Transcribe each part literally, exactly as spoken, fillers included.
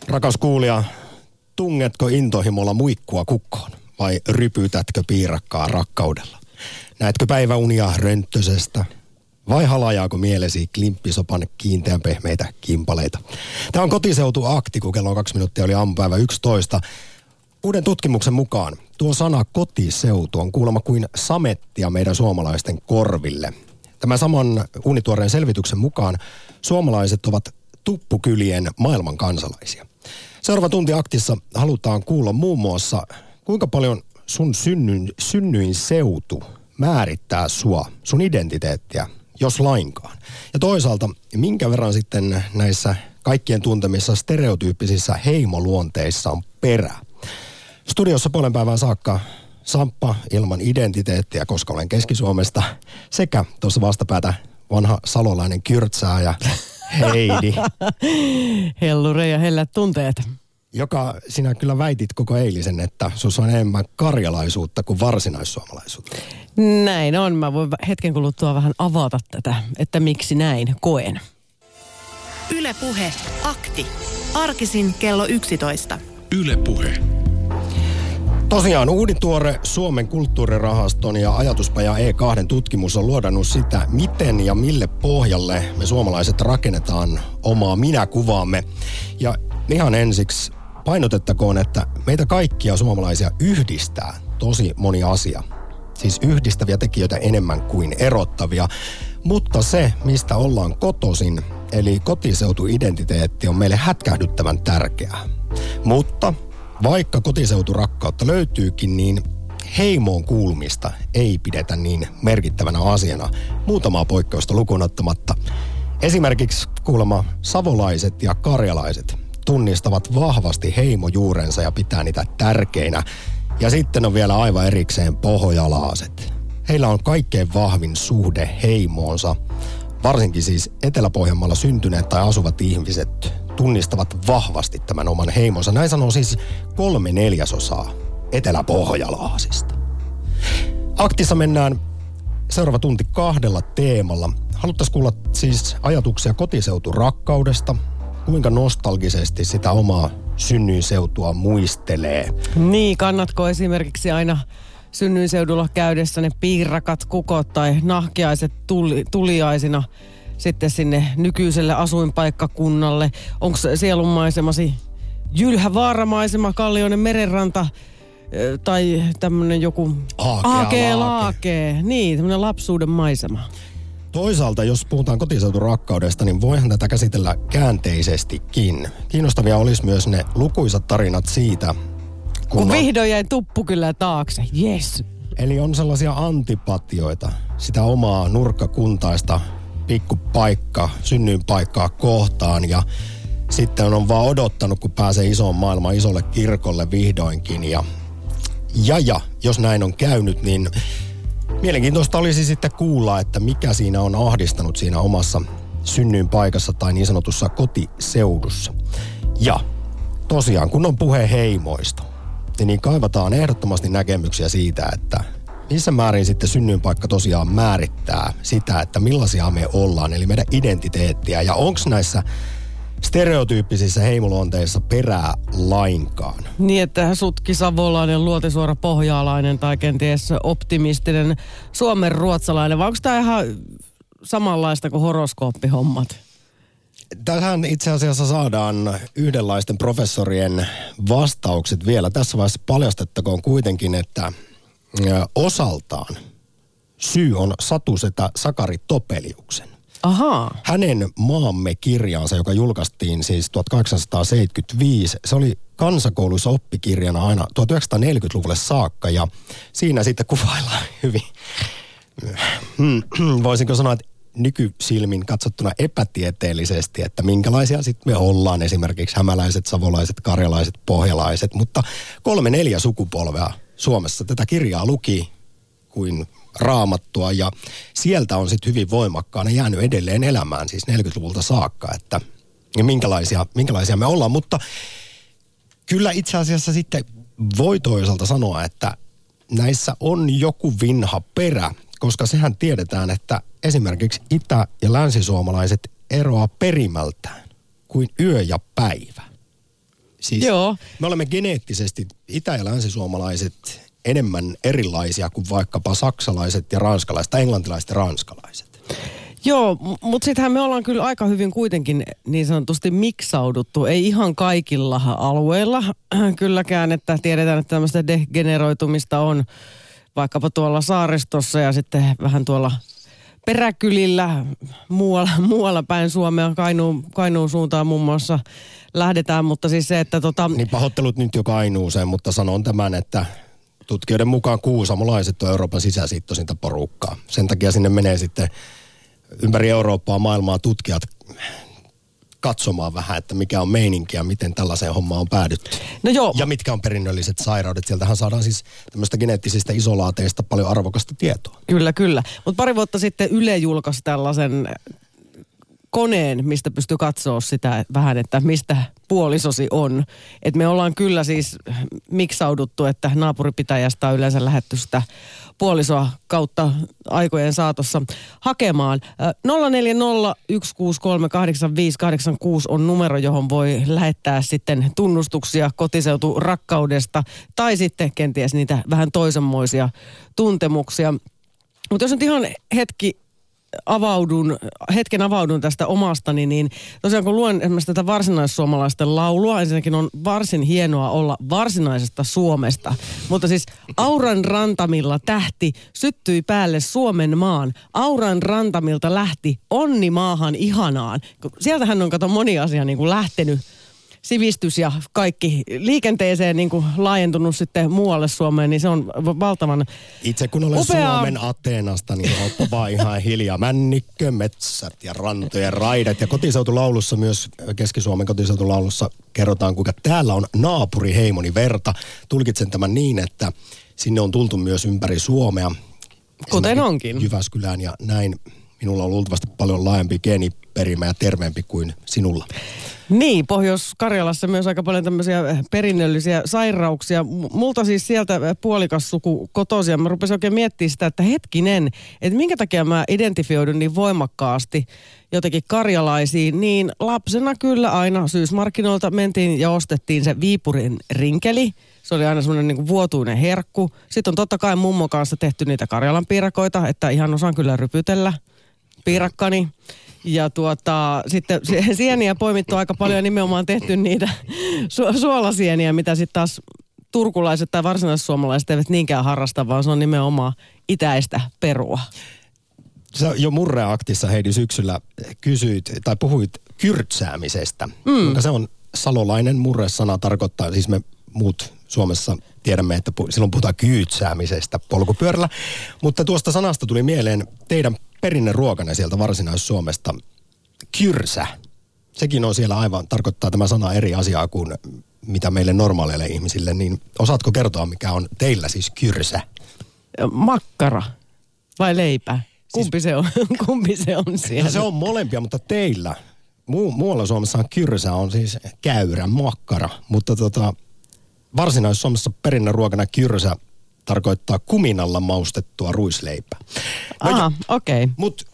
Rakas kuulija, tungetko intohimolla muikkua kukkoon vai rypytätkö piirakkaa rakkaudella? Näetkö päiväunia rönttösestä vai halajaako mielesi klimppisopan kiinteän pehmeitä kimpaleita? Tämä on Kotiseutu-akti, kun kello on kaksi minuuttia, oli aamupäivä yksitoista. Uuden tutkimuksen mukaan tuo sana kotiseutu on kuulemma kuin samettia meidän suomalaisten korville. Tämän saman uunituoreen selvityksen mukaan suomalaiset ovat tuppukylien maailman kansalaisia. Seuraava tunti aktissa halutaan kuulla muun muassa, kuinka paljon sun synnyin, synnyin seutu määrittää sua, sun identiteettiä, jos lainkaan. Ja toisaalta, minkä verran sitten näissä kaikkien tuntemissa stereotyyppisissä heimoluonteissa on perää. Studiossa puolen päivän saakka Samppa ilman identiteettiä, koska olen Keski-Suomesta, sekä tuossa vastapäätä vanha salolainen kyrtsääjä Heidi. Hellure ja hellät tunteet. Joka sinä kyllä väitit koko eilisen, että sinussa on enemmän karjalaisuutta kuin varsinaissuomalaisuutta. Näin on. Mä voin hetken kuluttua vähän avata tätä, että miksi näin koen. Yle Puhe, akti. Arkisin kello yksitoista. Yle Puhe. Tosiaan uudituore Suomen kulttuurirahaston ja ajatuspaja E kaksi tutkimus on luodannut sitä, miten ja mille pohjalle me suomalaiset rakennetaan omaa minäkuvaamme. Ja ihan ensiksi painotettakoon, että meitä kaikkia suomalaisia yhdistää tosi moni asia. Siis yhdistäviä tekijöitä enemmän kuin erottavia. Mutta se, mistä ollaan kotoisin, eli kotiseutuidentiteetti, on meille hätkähdyttävän tärkeää. Mutta vaikka kotiseuturakkautta löytyykin, niin heimoon kuulumista ei pidetä niin merkittävänä asiana muutamaa poikkeusta lukuun ottamatta. Esimerkiksi kuulemma savolaiset ja karjalaiset tunnistavat vahvasti heimojuurensa ja pitää niitä tärkeinä. Ja sitten on vielä aivan erikseen pohjalaiset. Heillä on kaikkein vahvin suhde heimoonsa. Varsinkin siis Etelä-Pohjanmaalla syntyneet tai asuvat ihmiset tunnistavat vahvasti tämän oman heimonsa. Näin sanoo siis kolme neljäsosaa eteläpohjalaisista. Aktissa mennään seuraava tunti kahdella teemalla. Haluttaisiin kuulla siis ajatuksia kotiseuturakkaudesta, kuinka nostalgisesti sitä omaa synnyinseutua muistelee. Niin, kannatko esimerkiksi aina synnyinseudulla käydessä ne piirakat kukot tai nahkiaiset tuli, tuliaisina sitten sinne nykyiselle asuinpaikkakunnalle? Onko sielunmaisemasi jylhä vaaramaisema, Kallioinen merenranta tai tämmöinen joku Aakea laakee? Niin, tämmöinen lapsuuden maisema. Toisaalta, jos puhutaan kotiseuturakkaudesta, niin voihan tätä käsitellä käänteisestikin. Kiinnostavia olisi myös ne lukuisat tarinat siitä, kun, kun on, vihdoin jäi tuppu kyllä taakse, yes. Eli on sellaisia antipatioita, sitä omaa nurkkakuntaista pikkupaikka, synnyinpaikkaa kohtaan, ja sitten on vaan odottanut, kun pääsee isoon maailmaan, isolle kirkolle vihdoinkin. Ja, ja, ja jos näin on käynyt, niin mielenkiintoista olisi sitten kuulla, että mikä siinä on ahdistanut siinä omassa synnyinpaikassa tai niin sanotussa kotiseudussa. Ja tosiaan, kun on puhe heimoista, niin kaivataan ehdottomasti näkemyksiä siitä, että missä määrin sitten synnyinpaikka tosiaan määrittää sitä, että millaisia me ollaan, eli meidän identiteettiä. Ja onko näissä stereotyyppisissä heimoluonteissa perää lainkaan? Niin, että sutki savolainen, luotisuora pohjaalainen tai kenties optimistinen suomen ruotsalainen. Vai onko tämä ihan samanlaista kuin horoskooppihommat? Tähän itse asiassa saadaan yhdenlaisten professorien vastaukset vielä. Tässä vaiheessa paljastettakoon kuitenkin, että osaltaan syy on satusetä Sakari Topeliuksen. Ahaa. Hänen Maamme kirjaansa, joka julkaistiin siis tuhatkahdeksansataaseitsemänkymmentäviisi, se oli kansakouluissa oppikirjana aina tuhatyhdeksänsataaneljäkymmentäluvulle saakka, ja siinä sitten kuvaillaan hyvin, voisinko sanoa, että nykysilmin katsottuna epätieteellisesti, että minkälaisia sitten me ollaan, esimerkiksi hämäläiset, savolaiset, karjalaiset, pohjalaiset, mutta kolme neljä sukupolvea Suomessa tätä kirjaa luki kuin Raamattua, ja sieltä on sitten hyvin voimakkaana jäänyt edelleen elämään, siis neljäkymmentäluvulta saakka, että minkälaisia, minkälaisia me ollaan, mutta kyllä itse asiassa sitten voi toisaalta sanoa, että näissä on joku vinha perä, koska sehän tiedetään, että esimerkiksi itä- ja länsisuomalaiset eroaa perimältään kuin yö ja päivä. Siis Joo. Me olemme geneettisesti itä- ja länsisuomalaiset enemmän erilaisia kuin vaikkapa saksalaiset ja ranskalaiset tai englantilaiset ja ranskalaiset. Joo, mutta sittenhän me ollaan kyllä aika hyvin kuitenkin niin sanotusti miksauduttu. Ei ihan kaikilla alueilla kylläkään, että tiedetään, että tämmöistä degeneroitumista on vaikkapa tuolla saaristossa ja sitten vähän tuolla peräkylillä muualla, muualla päin Suomea, Kainuun, Kainuun suuntaan muun muassa lähdetään, mutta siis se, että tota... Niin pahoittelut nyt jo Kainuuseen, mutta sanon tämän, että tutkijoiden mukaan kuusamolaiset on Euroopan sisäsiittoisinta porukkaa. Sen takia sinne menee sitten ympäri Eurooppaa, maailmaa tutkijat katsomaan vähän, että mikä on meininki ja miten tällaiseen hommaan on päädytty. No joo. Ja mitkä on perinnölliset sairaudet. Sieltähän saadaan siis tämmöistä geneettisistä isolaateista paljon arvokasta tietoa. Kyllä, kyllä. Mutta pari vuotta sitten Yle julkaisi tällaisen koneen, mistä pystyy katsoa sitä vähän, että mistä puolisosi on. Et me ollaan kyllä siis miksauduttu, että naapuripitäjästä on yleensä lähdetty sitä puolisoa kautta aikojen saatossa hakemaan. nolla neljä nolla yksi kuusi kolme kahdeksan viisi kahdeksan kuusi on numero, johon voi lähettää sitten tunnustuksia kotiseutu rakkaudesta tai sitten kenties niitä vähän toisenmoisia tuntemuksia. Mutta jos nyt ihan hetki avaudun, hetken avaudun tästä omastani, niin tosiaan kun luen esimerkiksi tätä varsinaissuomalaisten laulua, ensinnäkin on varsin hienoa olla varsinaisesta Suomesta. Mutta siis Auran rantamilla tähti syttyi päälle Suomen maan. Auran rantamilta lähti onni maahan ihanaan. Sieltähän on kato moni asia niin kuin lähtenyt. Sivistys ja kaikki liikenteeseen niin kuin laajentunut sitten muualle Suomeen, niin se on valtavan Itse kun olen upeaa. Suomen Ateenasta, niin oppa vaan ihan hiljaa. Männikkö, metsät ja rantojen raidat. Ja kotiseutulaulussa myös, Keski-Suomen kotiseutulaulussa kerrotaan, kuinka täällä on naapuriheimoni verta. Tulkitsen tämän niin, että sinne on tultu myös ympäri Suomea. Kuten onkin. Jyväskylään ja näin. Minulla on luultavasti paljon laajempi geeniperimä ja terveempi kuin sinulla. Niin, Pohjois-Karjalassa myös aika paljon tämmöisiä perinnöllisiä sairauksia. Multa siis sieltä puolikas suku kotoisin. Mä rupesin oikein miettimään sitä, että hetkinen, että minkä takia mä identifioidun niin voimakkaasti jotenkin karjalaisiin. Niin lapsena kyllä aina syysmarkkinoilta mentiin ja ostettiin se Viipurin rinkeli. Se oli aina semmoinen niin kuin vuotuinen herkku. Sitten on totta kai mummon kanssa tehty niitä Karjalan piirakoita, että ihan osaan kyllä rypytellä piirakkani. Ja tuota, sitten sieniä poimittu aika paljon ja nimenomaan tehty niitä su- suolasieniä, mitä sitten taas turkulaiset tai varsinaissuomalaiset eivät niinkään harrasta, vaan se on nimenomaan itäistä perua. Sä jo Murre-aktissa, Heidi, syksyllä kysyit tai puhuit kyrtsäämisestä, mm. joka se on salolainen murre-sana, tarkoittaa, siis me muut Suomessa tiedämme, että pu- silloin puhutaan kyytsäämisestä polkupyörällä, mutta tuosta sanasta tuli mieleen teidän perinneruokanne sieltä Varsinais-Suomesta, kyrsä. Sekin on siellä aivan, tarkoittaa tämä sana eri asiaa kuin mitä meille normaaleille ihmisille, niin osaatko kertoa, mikä on teillä siis kyrsä? Makkara vai leipä? Kumpi, siis, se, on? Kumpi se on siellä? No se on molempia, mutta teillä, muu, muualla Suomessa kyrsä on siis käyrä, makkara, mutta tota, Varsinais-Suomessa perinneruokana kyrsä tarkoittaa kuminalla maustettua ruisleipää. No Aha, okei. Okay. Mut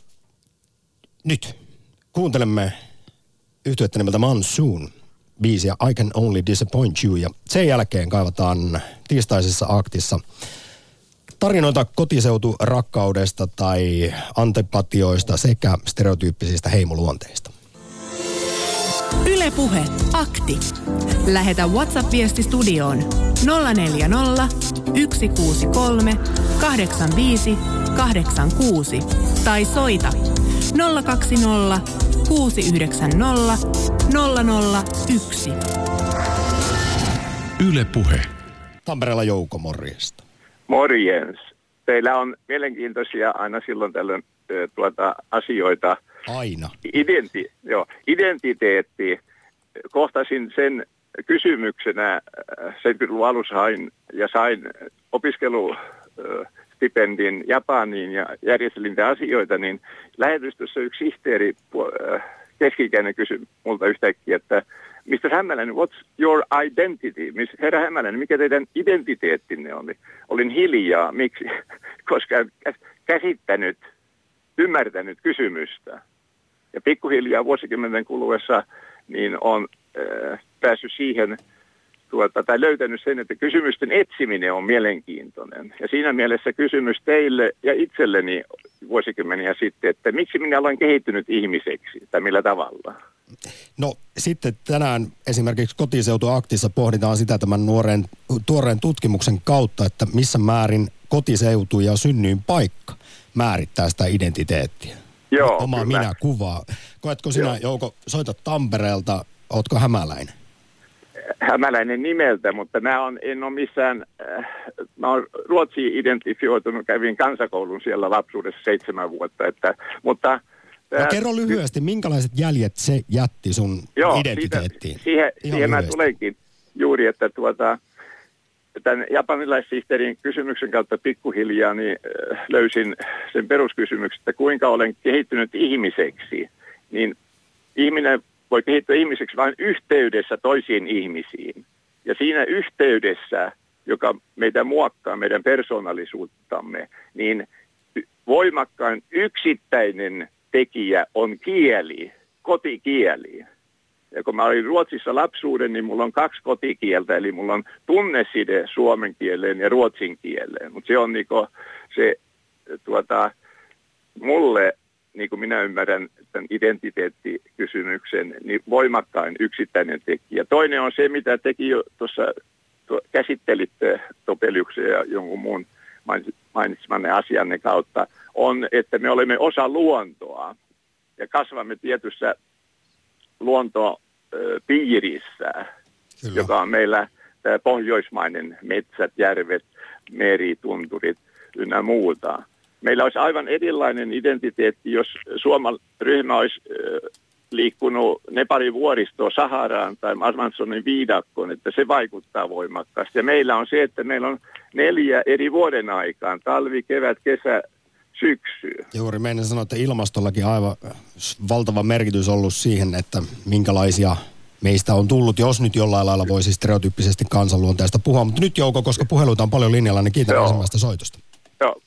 nyt kuuntelemme yhtyettä nimeltä Monsoon biisiä I Can Only Disappoint You. Ja sen jälkeen kaivataan tiistaisessa aktissa tarinoita kotiseutu rakkaudesta tai antipatioista sekä stereotyyppisistä heimoluonteista. Yle Puhe, akti. Lähetä WhatsApp-viesti studioon nolla neljä nolla, yksi kuusi kolme, kahdeksan viisi, kahdeksan kuusi tai soita nolla kaksi nolla, kuusi yhdeksän nolla, nolla nolla yksi. Yle Puhe. Tampereella Jouko, morjesta. Morjens. Teillä on mielenkiintoisia aina silloin tällöin tuota, asioita. Aina. Identi, joo, identiteetti. Kohtasin sen kysymyksenä seitsemänkymmentäluvun alussa hain ja sain opiskelustipendin Japaniin ja järjestelin niitä asioita, niin lähetystössä yksi sihteeri keski-ikäinen kysyi multa yhtäkkiä, että mister Hämäläinen, what's your identity? Herra Hämäläinen, mikä teidän identiteettinne oli? Olin hiljaa. Miksi? Koska en käsittänyt, ymmärtänyt kysymystä. Ja pikkuhiljaa vuosikymmenen kuluessa niin on äh, päässyt siihen, tuota, tai löytänyt sen, että kysymysten etsiminen on mielenkiintoinen. Ja siinä mielessä kysymys teille ja itselleni vuosikymmeniä sitten, että miksi minä olen kehittynyt ihmiseksi, tai millä tavalla? No sitten tänään esimerkiksi Kotiseutu-aktissa pohditaan sitä tämän nuoren, tuoreen tutkimuksen kautta, että missä määrin kotiseutu ja synnyinpaikka määrittää sitä identiteettiä. Joo, Omaa kyllä. minä kuvaa. Koetko sinä, Joo. Jouko, soitat Tampereelta, ootko hämäläinen? Hämäläinen nimeltä, mutta mä on, en ole missään, äh, mä oon Ruotsiin identifioitunut, kävin kansakoulun siellä lapsuudessa seitsemän vuotta, että, mutta... No, kerro lyhyesti, minkälaiset jäljet se jätti sun joo, identiteettiin? Siitä, siihen siihen mä tulenkin juuri, että tuota, tämän japanilaissihteerin kysymyksen kautta pikkuhiljaa niin äh, löysin sen peruskysymyksen, että kuinka olen kehittynyt ihmiseksi, niin ihminen voi kehittyä ihmiseksi vain yhteydessä toisiin ihmisiin. Ja siinä yhteydessä, joka meitä muokkaa, meidän persoonallisuuttamme, niin voimakkain yksittäinen tekijä on kieli, kotikieli. Ja kun mä olin Ruotsissa lapsuuden, niin mulla on kaksi kotikieltä, eli mulla on tunneside suomen kieleen ja ruotsin kieleen. Mutta se on niinku se tuota, mulle, niin kuin minä ymmärrän tämän identiteettikysymyksen, niin voimakkain yksittäinen tekijä. Toinen on se, mitä teki jo tuossa, tuo, käsittelitte Topeliuksen ja jonkun muun mainitsemanne asianne kautta, on, että me olemme osa luontoa ja kasvamme tietyssä luontopiirissä, joka on meillä tämä pohjoismainen metsät, järvet, meri, tunturit ynnä muuta. Meillä olisi aivan erilainen identiteetti, jos Suomen ryhmä olisi liikkunut Nepalin vuoristoon Saharaan tai Amazonin viidakkoon, että se vaikuttaa voimakkaasti. Ja meillä on se, että meillä on neljä eri vuoden aikaan, talvi, kevät, kesä, syksy. Juuri meidän sanoa, että ilmastollakin aivan valtava merkitys ollut siihen, että minkälaisia meistä on tullut, jos nyt jollain lailla voisi stereotyyppisesti kansanluonteesta puhua. Mutta nyt Jouko, koska puheluita on paljon linjalla, niin kiitän ensimmäistä soitosta. Joo,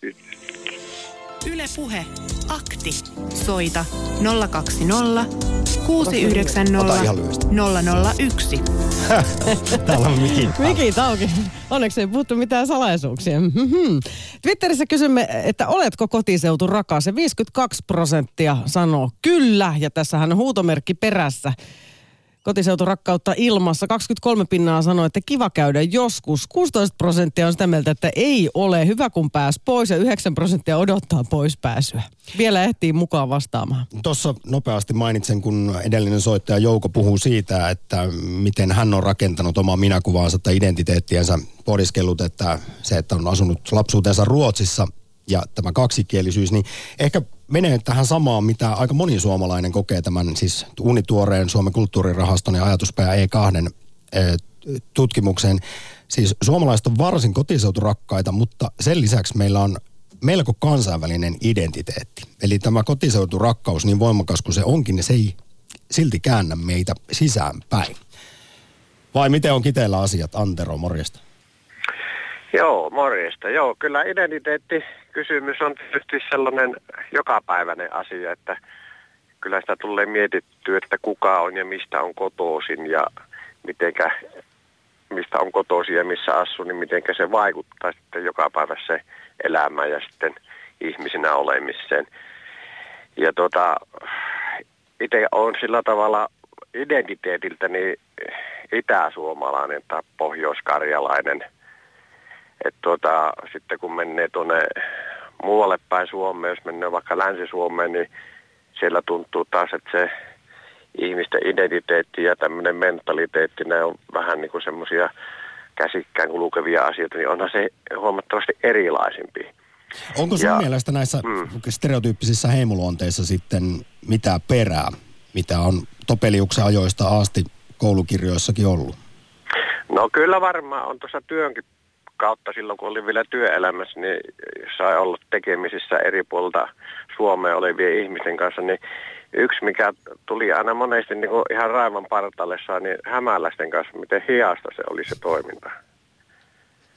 Yle Puhe, akti. Soita nolla kaksi nolla kuusi yhdeksän nolla nolla nolla yksi. Täällä on mikit. Mikit auki. Onneksi ei puhuttu mitään salaisuuksia. Mm-hmm. Twitterissä kysymme, että oletko kotiseutu rakas? Ja viisikymmentäkaksi prosenttia sanoo kyllä, ja tässähän on huutomerkki perässä. Kotiseutu rakkautta ilmassa. kaksikymmentäkolme pinnaa sanoo, että kiva käydä joskus. kuusitoista prosenttia on sitä mieltä, että ei ole hyvä kun pääs pois, ja yhdeksän prosenttia odottaa pois pääsyä. Vielä ehtii mukaan vastaamaan. Tuossa nopeasti mainitsen, kun edellinen soittaja Jouko puhuu siitä, että miten hän on rakentanut omaa minäkuvaansa tai identiteettiensä, pohdiskellut, että se, että on asunut lapsuutensa Ruotsissa ja tämä kaksikielisyys, niin ehkä menee tähän samaan, mitä aika moni suomalainen kokee tämän siis uunituoreen Suomen kulttuurirahaston ja ajatuspaja E kaksi tutkimuksen. Siis suomalaiset on varsin kotiseuturakkaita, mutta sen lisäksi meillä on melko kansainvälinen identiteetti. Eli tämä kotiseuturakkaus, niin voimakas kuin se onkin, niin se ei silti käännä meitä sisäänpäin. Vai miten on Kiteellä asiat? Antero, morjesta. Joo, morjesta. Joo, kyllä identiteettikysymys on tietysti sellainen jokapäiväinen asia, että kyllä sitä tulee mietittyä, että kuka on ja mistä on kotoisin ja mitenkä, mistä on kotoisin ja missä asuu, niin mitenkä se vaikuttaa sitten jokapäiväiseen elämään ja sitten ihmisenä olemiseen. Ja tuota, itse on sillä tavalla identiteetiltä niin itäsuomalainen tai pohjoiskarjalainen. Että tuota, sitten kun menee tuonne muualle päin Suomeen, jos menee vaikka Länsi-Suomeen, niin siellä tuntuu taas, että se ihmisten identiteetti ja tämmöinen mentaliteetti, ne on vähän niin kuin semmoisia käsikkään kulkevia asioita, niin onhan se huomattavasti erilaisempi. Onko sun ja, mielestä näissä mm. stereotyyppisissä heimoluonteissa sitten mitä perää, mitä on Topeliuksen ajoista asti koulukirjoissakin ollut? No kyllä varmaan on tuossa työnkin kautta silloin, kun olin vielä työelämässä, niin sai olla tekemisissä eri puolta Suomea olevien ihmisten kanssa, niin yksi, mikä tuli aina monesti niin kuin ihan raivan partaalle saa, niin hämäläisten kanssa, miten hiasta se oli se toiminta.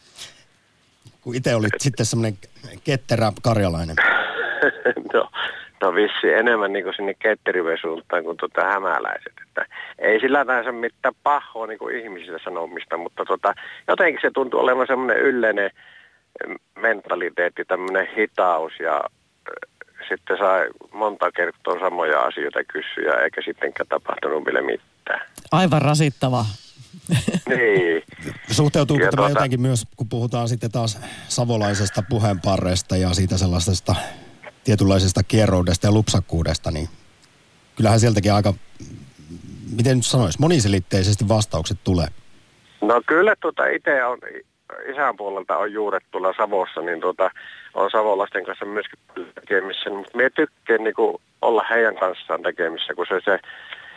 Kun itse olit sitten semmoinen ketterä karjalainen. No, No vissi enemmän niin kuin sinne Ketteriven suuntaan kuin tuota hämäläiset. Että ei sillä tahansa mitään pahoa niin kuin ihmisille sanomista, mutta tota, jotenkin se tuntuu olevan semmoinen yleinen mentaliteetti, tämmöinen hitaus ja sitten sai monta kertaa samoja asioita kysyä eikä sittenkään tapahtunut vielä mitään. Aivan rasittavaa. Niin. Suhteutuuko Ja tämä tuota- jotenkin myös, kun puhutaan sitten taas savolaisesta puheenparresta ja siitä sellaisesta tietynlaisesta kierroudesta ja lupsakkuudesta, niin kyllähän sieltäkin aika, miten nyt sanoisi, moniselitteisesti vastaukset tulee. No kyllä tuota itse on, isän puolelta on juuret tuolla Savossa, niin tuota, on savolaisten kanssa myöskin tekemissä, mutta minä tykkään niinku olla heidän kanssaan tekemissä, kun se se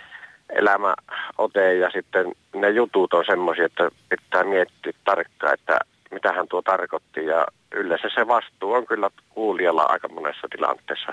elämäote ja sitten ne jutut on semmoisia, että pitää miettiä tarkkaan, että mitähän tuo tarkoitti ja yleensä se vastuu on kyllä kuulijalla aika monessa tilanteessa,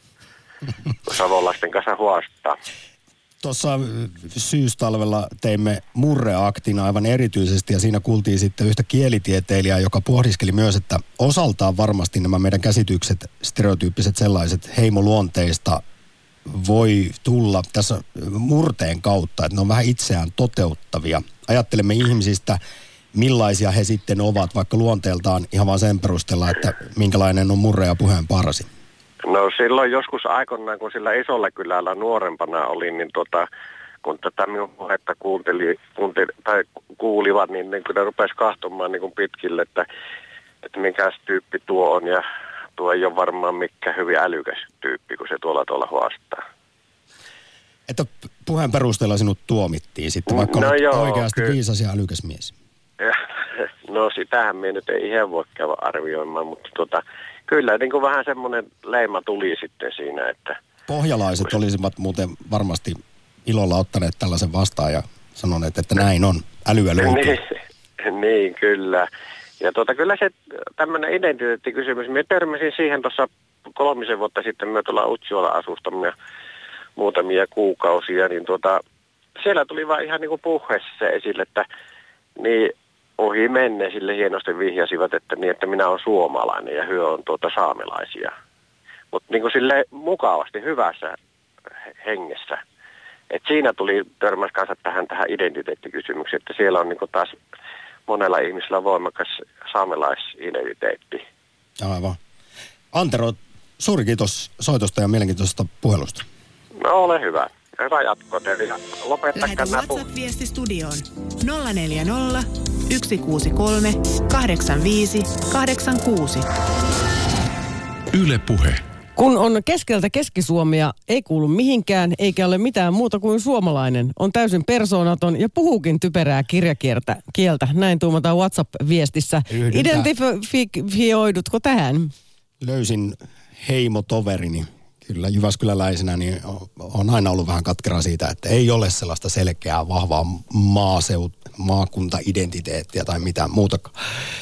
kun savolaisten kanssa huostaa. Tuossa syystalvella teimme murreaktin aivan erityisesti ja siinä kuultiin sitten yhtä kielitieteilijää, joka pohdiskeli myös, että osaltaan varmasti nämä meidän käsitykset, stereotyyppiset sellaiset heimoluonteista voi tulla tässä murteen kautta, että ne on vähän itseään toteuttavia. Ajattelemme ihmisistä, millaisia he sitten ovat, vaikka luonteeltaan ihan vaan sen perusteella, että minkälainen on murre ja puheen parsi. No silloin joskus aikoinaan, kun sillä isolla kylällä nuorempana olin, niin tota, kun tätä minun puhetta kuunteli, kuunteli, tai kuulivat, niin, niin kyllä rupesi kahtomaan niin kuin pitkille, että, että mikäs tyyppi tuo on ja tuo ei ole varmaan mikään hyvin älykäs tyyppi, kun se tuolla tuolla huostaa. Että puheen perusteella sinut tuomittiin sitten, vaikka No olet joo, oikeasti kyllä. viisas ja älykäs mies. No sitähän minä nyt ei ihan voi käydä arvioimaan, mutta tota, kyllä niin kuin vähän semmoinen leima tuli sitten siinä, että... Pohjalaiset olisivat muuten varmasti ilolla ottaneet tällaisen vastaan ja sanoneet, että näin on. Älyä löytyy. Niin, niin, kyllä. Ja tota, kyllä se tämmöinen identiteettikysymys, minä törmäsin siihen tuossa kolmisen vuotta sitten, me tuolla Utsjoella asustamme muutamia kuukausia, niin tuota, siellä tuli vaan ihan niin kuin puheessa esille, että niin ohi menne sille hienosti vihjasivat, että niin, että minä olen suomalainen ja hyö on tuota saamelaisia. Mutta niin kuin sille mukavasti hyvässä hengessä. Et siinä tuli törmäs kanssa tähän, tähän identiteettikysymykseen, että siellä on niin kuin taas monella ihmisellä voimakas saamelaisidentiteetti. Aivan. Antero, suuri kiitos soitosta ja mielenkiintoisesta puhelusta. No ole hyvä. Hyvä jatko teille. Ja lopettakaa Lähetä nämä pu- WhatsApp-viesti studioon nolla neljä nolla, yksi kuusi kolme, kahdeksan viisi, kahdeksan kuusi. Yle Puhe. Kun on keskeltä Keski-Suomea, ei kuulu mihinkään, eikä ole mitään muuta kuin suomalainen. On täysin persoonaton ja puhuukin typerää kirjakieltä. Kieltä. Näin tuumataan WhatsApp-viestissä. Yhdyn Identifioidutko tähän? Löysin heimotoverini. Kyllä jyväskyläläisenä niin on aina ollut vähän katkeraa siitä, että ei ole sellaista selkeää, vahvaa maaseut, maakunta-identiteettiä tai mitään muutakaan.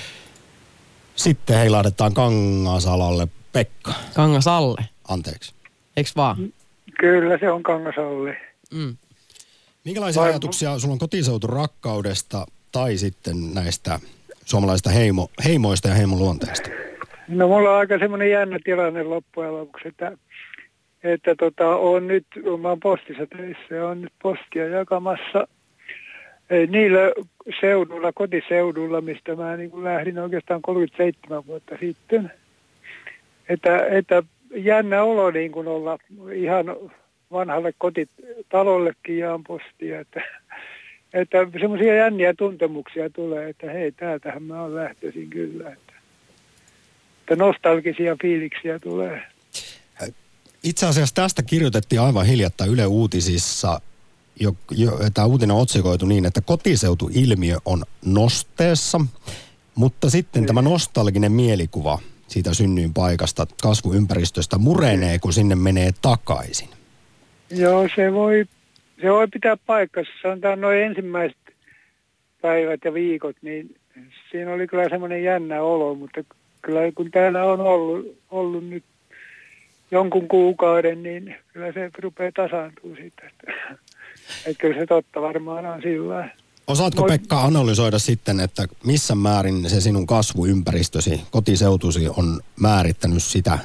Sitten heilahdetaan Kangasalalle. Pekka. Kangasalle. Anteeksi. Eiks vaan? Kyllä se on Kangasalle. Mm. Minkälaisia Vai- ajatuksia sulla on kotiseuturakkaudesta tai sitten näistä suomalaisista heimo, heimoista ja heimoluonteista? No mulla on aika semmoinen jännä tilanne loppujen lopuksi, että, että tota, on nyt, mä oon postissa töissä ja on nyt postia jakamassa eh, niillä seudulla, kotiseudulla, mistä mä niin kuin lähdin oikeastaan kolmekymmentäseitsemän vuotta sitten. Että, että jännä olo niin kuin olla ihan vanhalle kotitalollekin jaan postia, että, että semmoisia jänniä tuntemuksia tulee, että hei, täältähän mä oon lähtöisin kyllä, että, että nostalgisia fiiliksiä tulee. Itse asiassa tästä kirjoitettiin aivan hiljattain Yle Uutisissa. Jo, jo, tämä uutinen on otsikoitu niin, että kotiseutuilmiö on nosteessa, mutta sitten tämä nostalginen mielikuva siitä synnyinpaikasta, kasvuympäristöstä murenee, kun sinne menee takaisin. Joo, se voi, se voi pitää paikkansa. Sanotaan noin ensimmäiset päivät ja viikot, niin siinä oli kyllä semmoinen jännä olo, mutta kyllä kun täällä on ollut, ollut nyt jonkun kuukauden, niin kyllä se rupeaa tasaantua siitä. Että, että kyllä se totta varmaan on sillä lailla. Osaatko Moi. Pekka analysoida sitten, että missä määrin se sinun kasvuympäristösi, kotiseutusi on määrittänyt sitä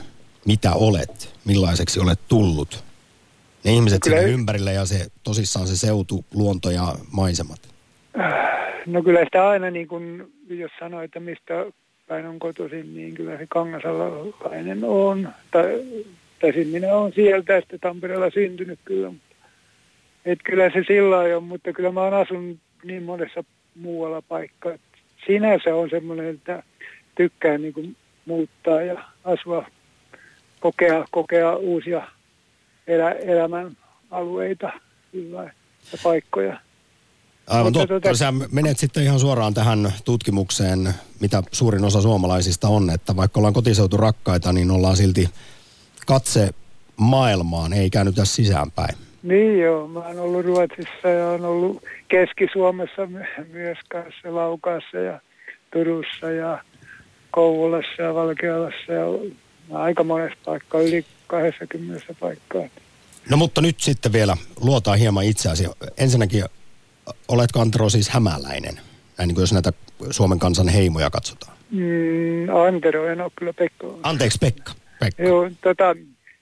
mitä olet, millaiseksi olet tullut. Ne ihmiset kyllä, siinä ympärillä ja se tosissaan se seutu, luonto ja maisemat. No kyllä sitä aina, niin kuin jos sanoo, että mistä päin on kotoisin, niin kyllä se kangasalalainen on. Tai, tai minä olen sieltä, että Tampereella syntynyt kyllä. Että kyllä se sillä lailla on, mutta kyllä mä oon asunut niin monessa muualla paikkaa. Sinänsä on semmoinen, että tykkää niin kuin muuttaa ja asua, kokea, kokea uusia elä, elämän alueita ja paikkoja. Aivan totta. Tuota... Sä menet sitten ihan suoraan tähän tutkimukseen, mitä suurin osa suomalaisista on, että vaikka ollaan kotiseuturakkaita, niin ollaan silti katse maailmaan, ei käännytä sisäänpäin. Niin joo, mä oon ollut Ruotsissa ja oon ollut Keski-Suomessa myös kanssa, Laukaassa ja Turussa ja Kouvolassa ja Valkealassa ja aika monessa paikkaa, yli kaksikymmentä paikkaa. No mutta nyt sitten vielä luotaan hieman itseäsi. Ensinnäkin oletko Antero siis hämäläinen, näin niin kuin jos näitä Suomen kansan heimoja katsotaan? Mm, Antero, en ole kyllä Pekka. Anteeksi Pekka. Pekka. Joo, tota,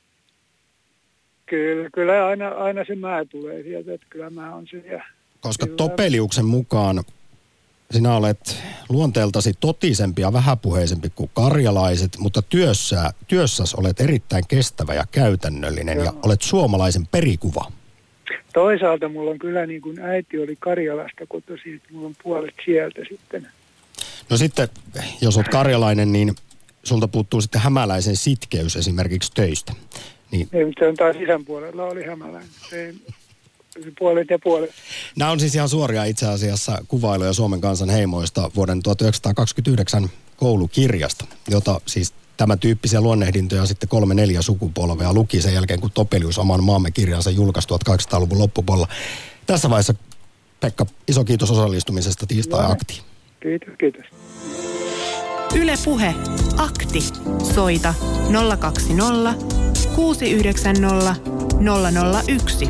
kyllä, kyllä aina, aina se mä tulee sieltä, että kyllä mä oon se. Ja koska kyllä... Topeliuksen mukaan sinä olet luonteeltasi totisempi ja vähäpuheisempi kuin karjalaiset, mutta työssä, työssäsi olet erittäin kestävä ja käytännöllinen. Joo. Ja olet suomalaisen perikuva. Toisaalta mulla on kyllä niin kuin äiti oli Karjalasta kotoisin, että mulla on puolet sieltä sitten. No sitten, jos olet karjalainen, niin sulta puuttuu sitten hämäläisen sitkeys esimerkiksi töistä. Niin... Ei, mutta se on taas isän puolella oli hämäläinen. Se, se puolet ja puolet. Nämä on siis ihan suoria itse asiassa kuvailuja Suomen kansan heimoista vuoden tuhatyhdeksänsataakaksikymmentäyhdeksän koulukirjasta, jota siis tämän tyyppisiä luonnehdintoja sitten kolme neljä sukupolvea luki sen jälkeen, kun Topelius oman maamme kirjansa julkaisi tuhatkahdeksansataaluvun loppupuolella. Tässä vaiheessa, Pekka, iso kiitos osallistumisesta tiistai-aktiin. Kiitos, kiitos. Yle Puhe, akti. Soita nolla kaksi nolla kuusi yhdeksän nolla nolla nolla yksi.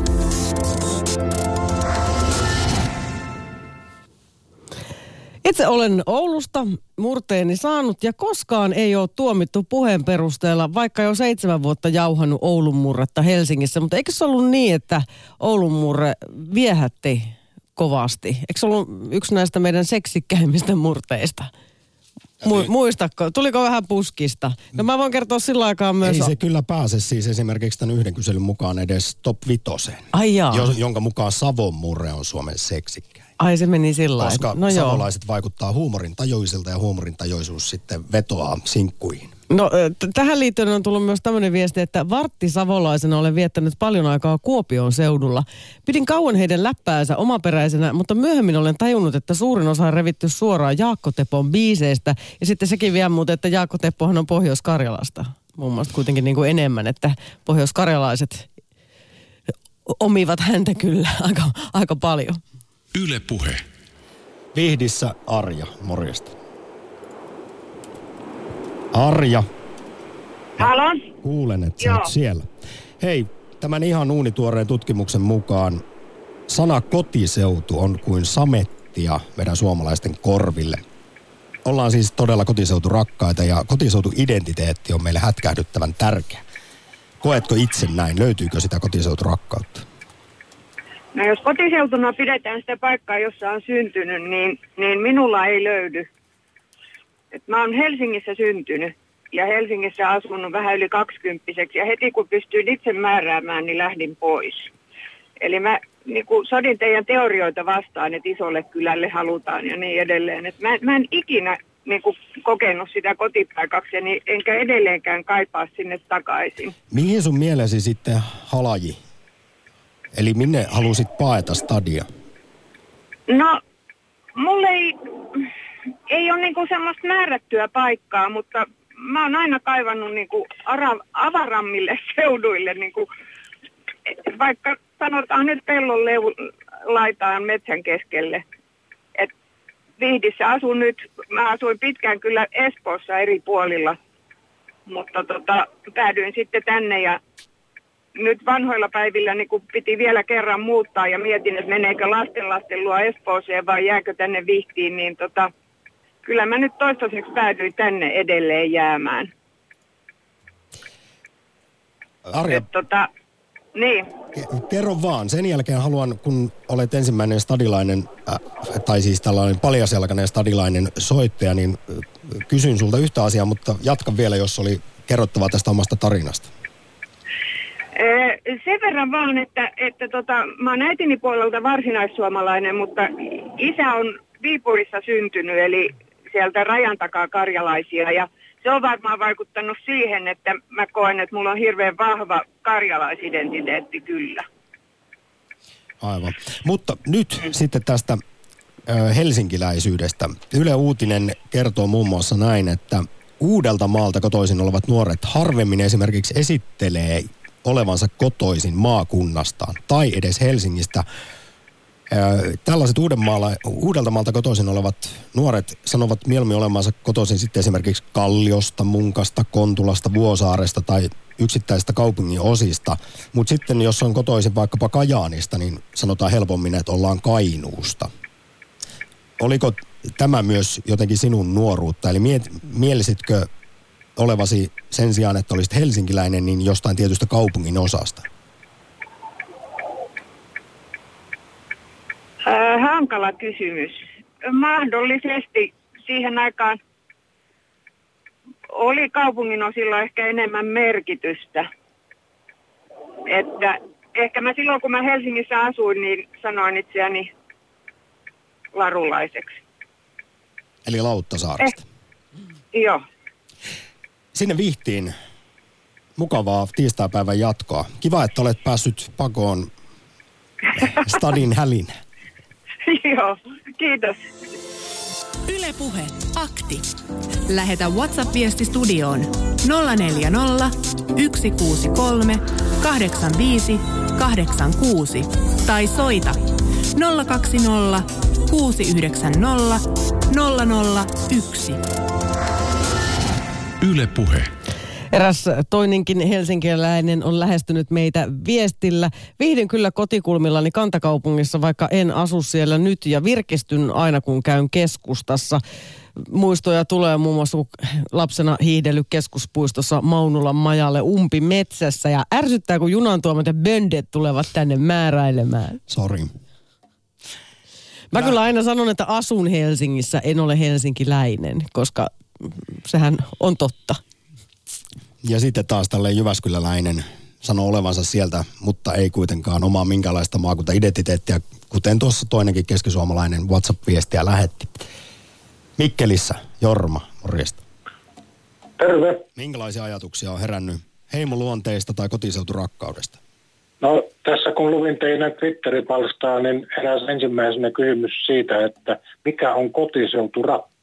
Itse olen Oulusta murteeni saanut ja koskaan ei ole tuomittu puheen perusteella, vaikka jo seitsemän vuotta jauhannut Oulun murretta Helsingissä. Mutta eikö se ollut niin, että Oulun murre viehätti kovasti? Eikö se ollut yksi näistä meidän seksikkäimmistä murteista? Mu- muistatko? Tuliko vähän puskista? No mä voin kertoa sillä aikaa myös... Ei se kyllä pääse siis esimerkiksi tämän yhden kyselyn mukaan edes top vitoseen. Ai jaa. Jo, jonka mukaan Savon murre on Suomen seksikkäin. Ai se meni sillä Koska no savolaiset joo. vaikuttaa huumorintajoisilta ja huumorintajoisuus sitten vetoaa sinkkuihin. No t- tähän liittyen on tullut myös tämmöinen viesti, että Vartti savolaisena olen viettänyt paljon aikaa Kuopion seudulla. Pidin kauan heidän läppäänsä omaperäisenä, mutta myöhemmin olen tajunnut, että suurin osa on revitty suoraan Jaakko Tepon biiseistä. Ja sitten sekin vielä muuten, että Jaakko Teppohan on Pohjois-Karjalasta. Mun mielestä kuitenkin niin kuin enemmän, että pohjois-karjalaiset omivat häntä kyllä aika, aika paljon. Yle Puhe. Vihdissä Arja, morjesta. Arja. Halo? Kuulen, että Joo. sä oot siellä. Hei, tämän ihan uunituoreen tutkimuksen mukaan sana kotiseutu on kuin samettia meidän suomalaisten korville. Ollaan siis todella kotiseuturakkaita ja kotiseutuidentiteetti on meille hätkähdyttävän tärkeä. Koetko itse näin? Löytyykö sitä kotiseuturakkautta? No jos kotiseutuna pidetään sitä paikkaa, jossa on syntynyt, niin, niin minulla ei löydy. Et mä oon Helsingissä syntynyt ja Helsingissä asunut vähän yli kaksikymppiseksi ja heti kun pystyin itse määräämään, niin lähdin pois. Eli mä niin kuin sodin teidän teorioita vastaan, että isolle kylälle halutaan ja niin edelleen. Et mä, mä en ikinä niin kuin kokenut sitä kotipaikaksi ja niin, enkä edelleenkään kaipaa sinne takaisin. Mihin sun mielesi sitten halaji? Eli minne halusit paeta stadia? No, mulle ei, ei ole niinku semmoista määrättyä paikkaa, mutta mä oon aina kaivannut niinku ara, avarammille seuduille, niinku, vaikka sanotaan nyt pellon leu, laitaan metsän keskelle. Et Vihdissä asun nyt, mä asuin pitkään kyllä Espoossa eri puolilla, mutta tota, päädyin sitten tänne ja nyt vanhoilla päivillä niin kun piti vielä kerran muuttaa ja mietin, että meneekö lastenlasten luo Espooseen vai jääkö tänne Vihtiin, niin tota, kyllä mä nyt toistaiseksi päädyin tänne edelleen jäämään. Arja, Et, tota, niin. kerro vaan. Sen jälkeen haluan, kun olet ensimmäinen stadilainen, äh, tai siis tällainen paljasjalkainen stadilainen soittaja, niin äh, kysyn sulta yhtä asiaa, mutta jatka vielä, jos oli kerrottavaa tästä omasta tarinasta. Sen verran vaan, että, että tota, mä oon äitini puolelta varsinaissuomalainen, mutta isä on Viipurissa syntynyt, eli sieltä rajan takaa karjalaisia. Ja se on varmaan vaikuttanut siihen, että mä koen, että mulla on hirveän vahva karjalaisidentiteetti kyllä. Aivan. Mutta nyt mm. sitten tästä ö, helsinkiläisyydestä. Yle Uutinen kertoo muun muassa näin, että Uudelta maalta kotoisin olevat nuoret harvemmin esimerkiksi esittelee olevansa kotoisin maakunnastaan tai edes Helsingistä. Tällaiset Uudenmaalla, Uudelta maalta kotoisin olevat nuoret sanovat mieluummin olemansa kotoisin sitten esimerkiksi Kalliosta, Munkasta, Kontulasta, Vuosaaresta tai yksittäisistä kaupungin osista. Mutta sitten jos on kotoisin vaikkapa Kajaanista, niin sanotaan helpommin, että ollaan Kainuusta. Oliko tämä myös jotenkin sinun nuoruutta? Eli miet, mielisitkö olevasi sen sijaan, että olisit helsinkiläinen, niin jostain tietystä kaupungin osasta? Äh, hankala kysymys. Mahdollisesti siihen aikaan oli kaupungin osilla ehkä enemmän merkitystä. Että ehkä mä silloin, kun mä Helsingissä asuin, niin sanoin itseäni larulaiseksi. Eli Lauttasaaresta. Eh, joo. Sinne Vihtiin mukavaa tiistaipäivän jatkoa. Kiva, että olet päässyt pakoon stadin hälinä. Joo, kiitos. Yle Puhe, akti. Lähetä WhatsApp-viesti studioon nolla neljä nolla, yksi kuusi kolme, kahdeksan viisi, kahdeksan kuusi tai soita nolla kaksi nolla, kuusi yhdeksän nolla, nolla nolla yksi. Yle Puhe. Eräs toinenkin helsinkiläinen on lähestynyt meitä viestillä. Viihdyn kyllä kotikulmillani kantakaupungissa, vaikka en asu siellä nyt ja virkistyn aina kun käyn keskustassa. Muistoja tulee muun muassa, kun lapsena hiihdellyt keskuspuistossa Maunulan majalle umpimetsässä ja ärsyttää, kun junan tuomat ja böndet tulevat tänne määräilemään. Sori. Mä Mä kyllä aina sanon, että asun Helsingissä, en ole helsinkiläinen, koska sehän on totta. Ja sitten taas tälleen jyväskyläläinen sanoo olevansa sieltä, mutta ei kuitenkaan omaa minkäänlaista maakunta-identiteettiä, kuten tuossa toinenkin keskisuomalainen WhatsApp-viestiä lähetti. Mikkelissä, Jorma, morjesta. Terve. Minkälaisia ajatuksia on herännyt heimoluonteista tai kotiseuturakkaudesta? No tässä kun luvin teidän Twitter-palstaa, niin heräsi ensimmäisenä kysymys siitä, että mikä on kotiseuturakkaus?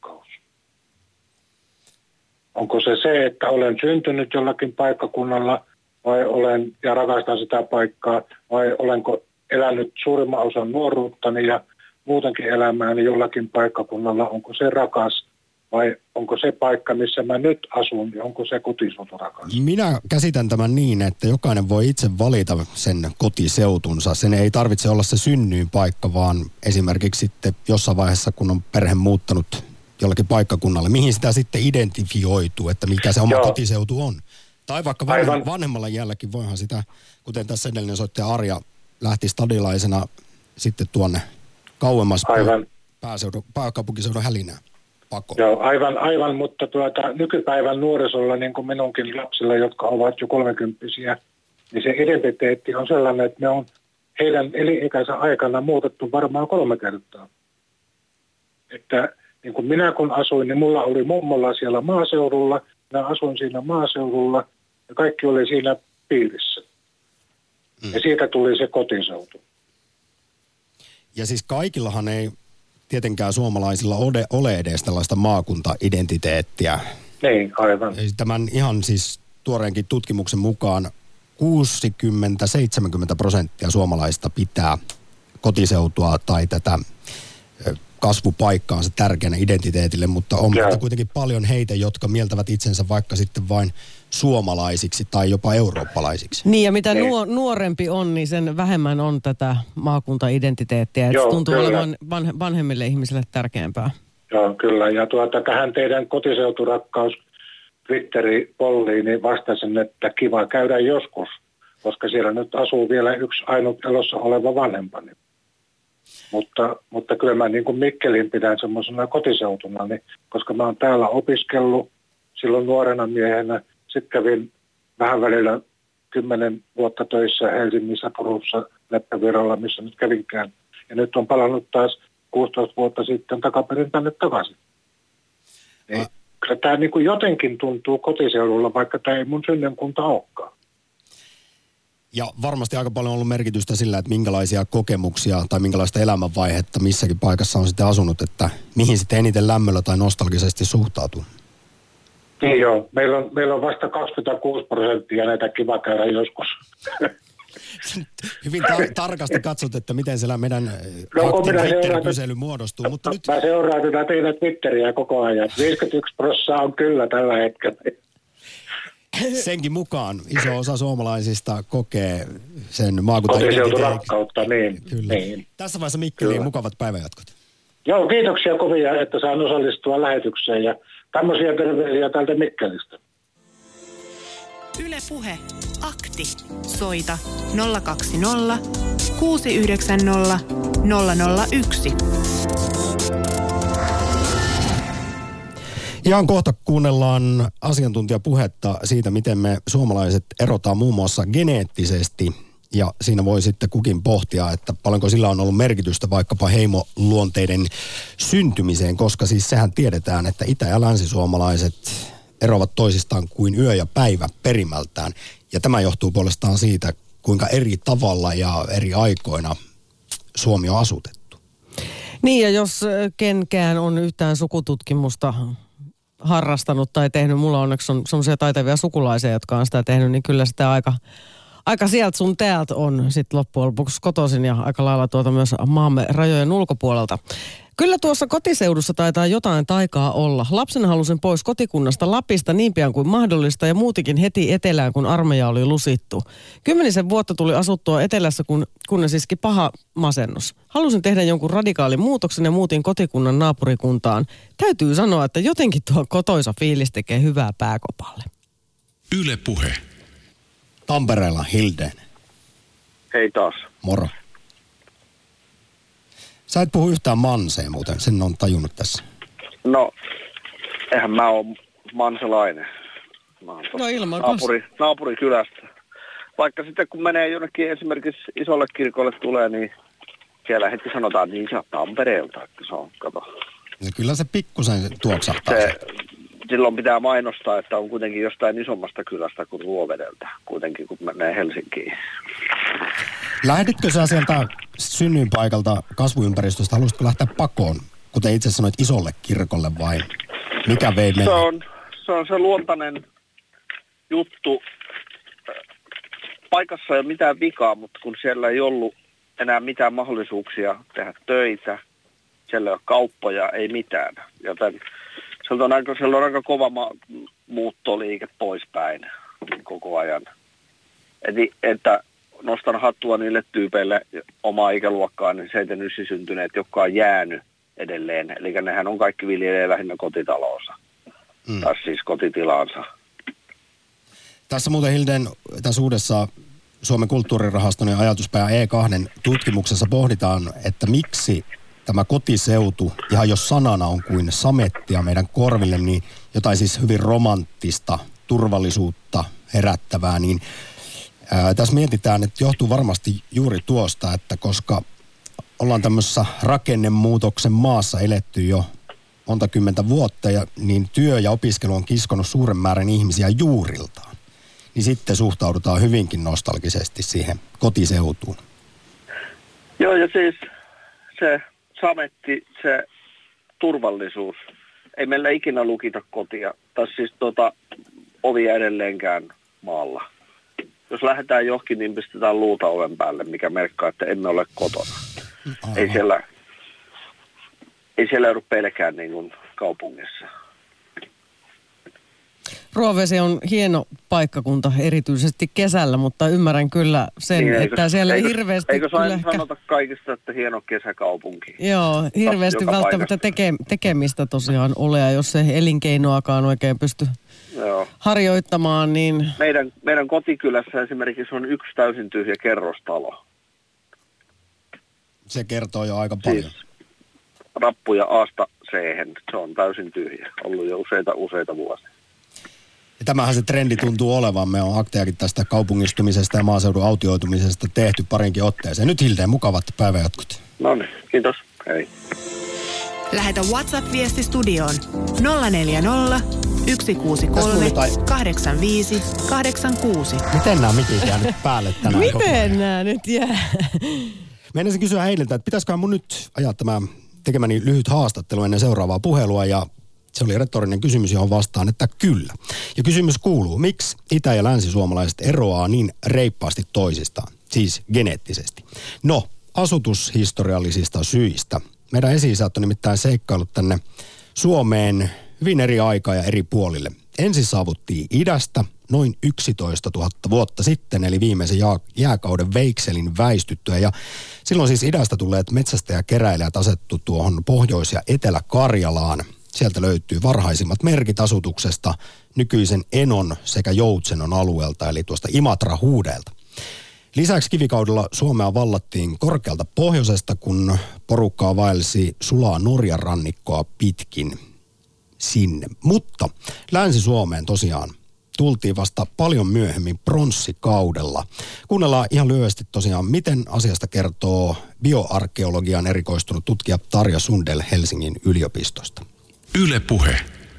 Onko se se, että olen syntynyt jollakin paikkakunnalla vai olen ja rakastan sitä paikkaa vai olenko elänyt suurimman osan nuoruuttani ja muutenkin elämääni jollakin paikkakunnalla, onko se rakas vai onko se paikka, missä mä nyt asun, ja onko se kotiseutu-rakas? Minä käsitän tämän niin, että jokainen voi itse valita sen kotiseutunsa. Sen ei tarvitse olla se synnyinpaikka, vaan esimerkiksi sitten jossain vaiheessa, kun on perhe muuttanut jollakin paikkakunnalle, mihin sitä sitten identifioituu, että mikä se oma Joo. kotiseutu on. Tai vaikka vanhem- vanhemmalla jälläkin voihan sitä, kuten tässä edellinen soittaja Arja lähti stadilaisena sitten tuonne kauemmas pääseudun, pääkaupunkiseudun hälinään. Pako. Joo, aivan, aivan, mutta tuota, nykypäivän nuorisolla, niin kuin minunkin lapsilla, jotka ovat jo kolmekymppisiä, niin se identiteetti on sellainen, että ne on heidän elinikänsä aikana muutettu varmaan kolme kertaa. Että niin kuin minä kun asuin, niin mulla oli mummolla siellä maaseudulla, minä asuin siinä maaseudulla ja kaikki oli siinä piirissä. Mm. Ja siitä tuli se kotiseutu. Ja siis kaikillahan ei tietenkään suomalaisilla ole, ole edes tällaista maakunta-identiteettiä. Niin, aivan. Tämän ihan siis tuoreenkin tutkimuksen mukaan kuusikymmentä seitsemänkymmentä prosenttia suomalaista pitää kotiseutua tai tätä kasvupaikkaansa tärkeänä identiteetille, mutta on ja. kuitenkin paljon heitä, jotka mieltävät itsensä vaikka sitten vain suomalaisiksi tai jopa eurooppalaisiksi. Niin ja mitä nuo, nuorempi on, niin sen vähemmän on tätä maakunta-identiteettiä. Joo, se tuntuu kyllä. olevan van, vanhemmille ihmisille tärkeämpää. Joo, kyllä. Ja tuota, tähän teidän kotiseuturakkaus Twitteri polliin, niin vastasin, että kiva käydä joskus, koska siellä nyt asuu vielä yksi ainut elossa oleva vanhempani. Mutta, mutta kyllä mä niin kuin Mikkelin pidän semmoisena kotiseutuna, niin, koska mä oon täällä opiskellut silloin nuorena miehenä. Sitten kävin vähän välillä kymmenen vuotta töissä Helsingissä, Turussa, Leppävirralla, missä nyt kävinkään. Ja nyt on palannut taas kuusitoista vuotta sitten takaperin tänne takaisin. Niin, ah. Kyllä tämä niin kuin jotenkin tuntuu kotiseudulla, vaikka tämä ei mun synnynkunta olekaan. Ja varmasti aika paljon on ollut merkitystä sillä, että minkälaisia kokemuksia tai minkälaista elämänvaihetta missäkin paikassa on sitten asunut, että mihin sitten eniten lämmöllä tai nostalgisesti suhtautuu. Niin joo, meillä on, meillä on vasta kaksikymmentäkuusi prosenttia näitä kiva käydä joskus. Hyvin tar- tarkasti katsot, että miten siellä meidän no, Twitter-kysely muodostuu. Mutta nyt... Mä seuraan tätä teidän Twitteriä koko ajan. viisikymmentäyksi prosenttia on kyllä tällä hetkellä. Senkin mukaan iso osa suomalaisista kokee sen maakuntaidentiteetin. Kotiseuturakkautta, niin. Kyllä. Niin. Tässä vaiheessa Mikkeliin mukavat päivänjatkot. Joo, kiitoksia kovia, että saan osallistua lähetykseen ja tämmöisiä terveisiä täältä Mikkelistä. Yle Puhe. Akti. Soita nolla kaksi nolla kuusi yhdeksän nolla nolla nolla yksi. Ihan kohta kuunnellaan asiantuntijapuhetta siitä, miten me suomalaiset erotaan muun muassa geneettisesti. Ja siinä voi sitten kukin pohtia, että paljonko sillä on ollut merkitystä vaikkapa heimoluonteiden syntymiseen, koska siis sehän tiedetään, että itä- ja länsisuomalaiset eroavat toisistaan kuin yö ja päivä perimältään. Ja tämä johtuu puolestaan siitä, kuinka eri tavalla ja eri aikoina Suomi on asutettu. Niin, ja jos kenkään on yhtään sukututkimusta harrastanut tai tehnyt, mulla onneksi on semmoisia taitavia sukulaisia, jotka on sitä tehnyt, niin kyllä sitä aika, aika sieltä sun täältä on sitten loppujen lopuksi kotoisin ja aika lailla tuota myös maamme rajojen ulkopuolelta. Kyllä tuossa kotiseudussa taitaa jotain taikaa olla. Lapsena halusin pois kotikunnasta Lapista niin pian kuin mahdollista ja muutikin heti etelään, kun armeija oli lusittu. Kymmenisen vuotta tuli asuttua etelässä, kun, kunnes iski paha masennus. Halusin tehdä jonkun radikaalin muutoksen ja muutin kotikunnan naapurikuntaan. Täytyy sanoa, että jotenkin tuo kotoisa fiilis tekee hyvää pääkopalle. Yle Puhe. Tampereella Hilden. Hei taas. Moro. Sä et puhu yhtään mansea muuten, sen on tajunnut tässä. No, eihän mä ole mansalainen. Mä oon no ilman naapuri, naapurikylästä. Vaikka sitten kun menee jonnekin esimerkiksi isolle kirkolle tulee, niin siellä heti sanotaan, niin sä oot Tampereelta, että se on, kato. Ja kyllä se pikkusen tuoksahtaa. Se, silloin pitää mainostaa, että on kuitenkin jostain isommasta kylästä kuin Ruovedeltä, kuitenkin kun menee Helsinkiin. Lähditkö sä sieltä synnyinpaikalta kasvuympäristöstä, halusitko lähteä pakoon, kuten itse sanoit, isolle kirkolle vai mikä vei mennä? Se on, se on se luontainen juttu. Paikassa ei ole mitään vikaa, mutta kun siellä ei ollut enää mitään mahdollisuuksia tehdä töitä, siellä ei ole kauppoja, ei mitään. Joten siellä on aika, siellä on aika kova ma- muuttoliike poispäin koko ajan. Eli että nostan hattua niille tyypeille omaa ikäluokkaan, niin seitsemänkymmentäyhdeksän syntyneet, jotka on jäänyt edelleen. Eli nehän on kaikki viljelee lähinnä kotitalonsa, mm. tai siis kotitilansa. Tässä muuten Hilden, tässä uudessa Suomen kulttuurirahaston ja ajatuspaja E kaksi tutkimuksessa pohditaan, että miksi tämä kotiseutu, ihan jos sanana on kuin samettia meidän korville, niin jotain siis hyvin romanttista, turvallisuutta herättävää, niin ää, tässä mietitään, että johtuu varmasti juuri tuosta, että koska ollaan tämmöisessä rakennemuutoksen maassa eletty jo monta kymmentä vuotta, ja, niin työ ja opiskelu on kiskonut suuren määrän ihmisiä juuriltaan. Niin sitten suhtaudutaan hyvinkin nostalgisesti siihen kotiseutuun. Joo, ja siis se sametti, se turvallisuus. Ei meillä ikinä lukita kotia, tai siis tuota, ovia edelleenkään maalla. Jos lähdetään johonkin, niin pistetään luuta oven päälle, mikä merkkaa, että emme ole kotona. Aha. Ei siellä, ei siellä joudu pelkään niin kuin kaupungissa. Ruovesi on hieno paikkakunta, erityisesti kesällä, mutta ymmärrän kyllä sen, niin, että eikö, siellä ei eikö, hirveästi... Eikö aina ehkä... sanota kaikista, että hieno kesäkaupunki? Joo, hirveästi välttämättä teke, tekemistä tosiaan ole, ja jos se elinkeinoakaan oikein pysty Joo. harjoittamaan, niin... Meidän, meidän kotikylässä esimerkiksi on yksi täysin tyhjä kerrostalo. Se kertoo jo aika paljon. Siis rappuja Aasta C-hen, se on täysin tyhjä. Ollut jo useita, useita vuosia. Ja tämähän se trendi tuntuu olevan. Me on aktejakin tästä kaupungistumisesta ja maaseudun autioitumisesta tehty parinkin otteeseen. Nyt Hildeen mukavat päivänjatkot. No niin, kiitos. Hei. Lähetä WhatsApp-viesti studioon nolla neljä nolla, yksi kuusi kolme, kahdeksan viisi, kahdeksan kuusi. Miten nämä mikit jää nyt päälle tänään? Miten nämä nyt jää? Meinasin kysyä Heidiltä, että pitäisiköhän mun nyt ajaa tämä tekemäni lyhyt haastattelu ennen seuraavaa puhelua, ja se oli retorinen kysymys, johon vastaan, että kyllä. Ja kysymys kuuluu, miksi itä- ja länsisuomalaiset eroaa niin reippaasti toisistaan, siis geneettisesti? No, asutushistoriallisista syistä. Meidän esi-isät on nimittäin seikkailut tänne Suomeen hyvin eri aikaa ja eri puolille. Ensin saavuttiin idästä noin yksitoistatuhatta vuotta sitten, eli viimeisen jääkauden veikselin väistyttyä. Ja silloin siis idästä tulleet metsästäjäkeräilijät asettu tuohon Pohjois- ja Etelä-Karjalaan. Sieltä löytyy varhaisimmat merkit asutuksesta nykyisen Enon sekä Joutsenon alueelta, eli tuosta Imatra-huudeelta. Lisäksi kivikaudella Suomea vallattiin korkealta pohjoisesta, kun porukkaa vaelsi sulaa Norjan rannikkoa pitkin sinne. Mutta Länsi-Suomeen tosiaan tultiin vasta paljon myöhemmin pronssikaudella. Kuunnellaan ihan lyhyesti tosiaan, miten asiasta kertoo bioarkeologian erikoistunut tutkija Tarja Sundell Helsingin yliopistosta. Yle Puhe.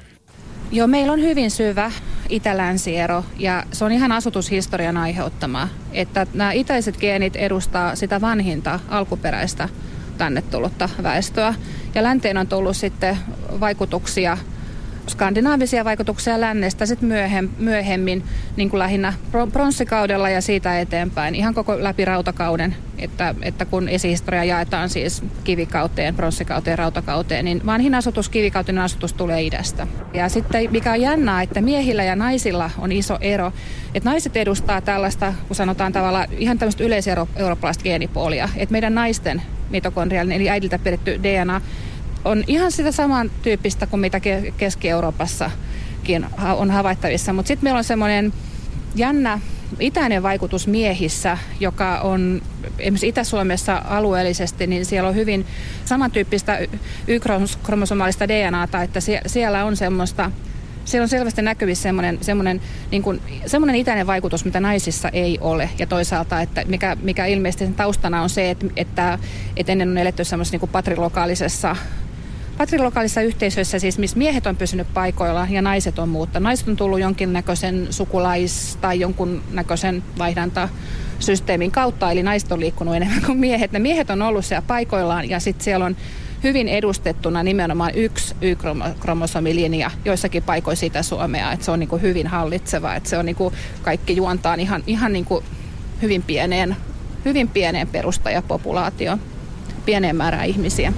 Joo, meillä on hyvin syvä itä-länsiero ja se on ihan asutushistorian aiheuttamaa. Että nämä itäiset geenit edustaa sitä vanhinta alkuperäistä tänne tullutta väestöä. Ja länteen on tullut sitten vaikutuksia, skandinaavisia vaikutuksia lännestä sitten myöhemmin, niin kuin lähinnä pronssikaudella ja siitä eteenpäin, ihan koko läpi rautakauden, että, että kun esihistoria jaetaan siis kivikauteen, pronssikauteen, rautakauteen, niin vanhin asutus, kivikautinen asutus tulee idästä. Ja sitten mikä on jännää, että miehillä ja naisilla on iso ero, että naiset edustaa tällaista, kun sanotaan tavallaan ihan tämmöistä yleiseurooppalaista geenipuolia, että meidän naisten mitokondriaalinen eli äidiltä peritty D N A on ihan sitä samantyyppistä kuin mitä Keski-Euroopassakin on havaittavissa. Mutta sitten meillä on semmoinen jännä itäinen vaikutus miehissä, joka on esimerkiksi Itä-Suomessa alueellisesti, niin siellä on hyvin samantyyppistä Y-kromosomaalista D N A:ta, että siellä on semmoista, siellä on selvästi näkyvissä semmoinen, semmoinen, niin kuin, semmoinen itäinen vaikutus, mitä naisissa ei ole. Ja toisaalta, että mikä, mikä ilmeisesti sen taustana on se, että, että, että ennen on eletty semmoisessa niin kuin patrilokaalisessa Patrilokaalisissa yhteisöissä siis, missä miehet on pysynyt paikoilla ja naiset on muuttanut. Naiset on tullut jonkinnäköisen sukulais- tai jonkunnäköisen vaihdantasysteemin kautta, eli naiset on liikkunut enemmän kuin miehet. Ne miehet on ollut siellä paikoillaan ja sitten siellä on hyvin edustettuna nimenomaan yksi Y-kromosomilinja joissakin paikoissa Itä-Suomea, että se on niin kuin hyvin hallitseva, että se on niin kuin kaikki juontaan ihan, ihan niin kuin hyvin pieneen, hyvin pieneen perustajapopulaatioon, pieneen määrään ihmisiä.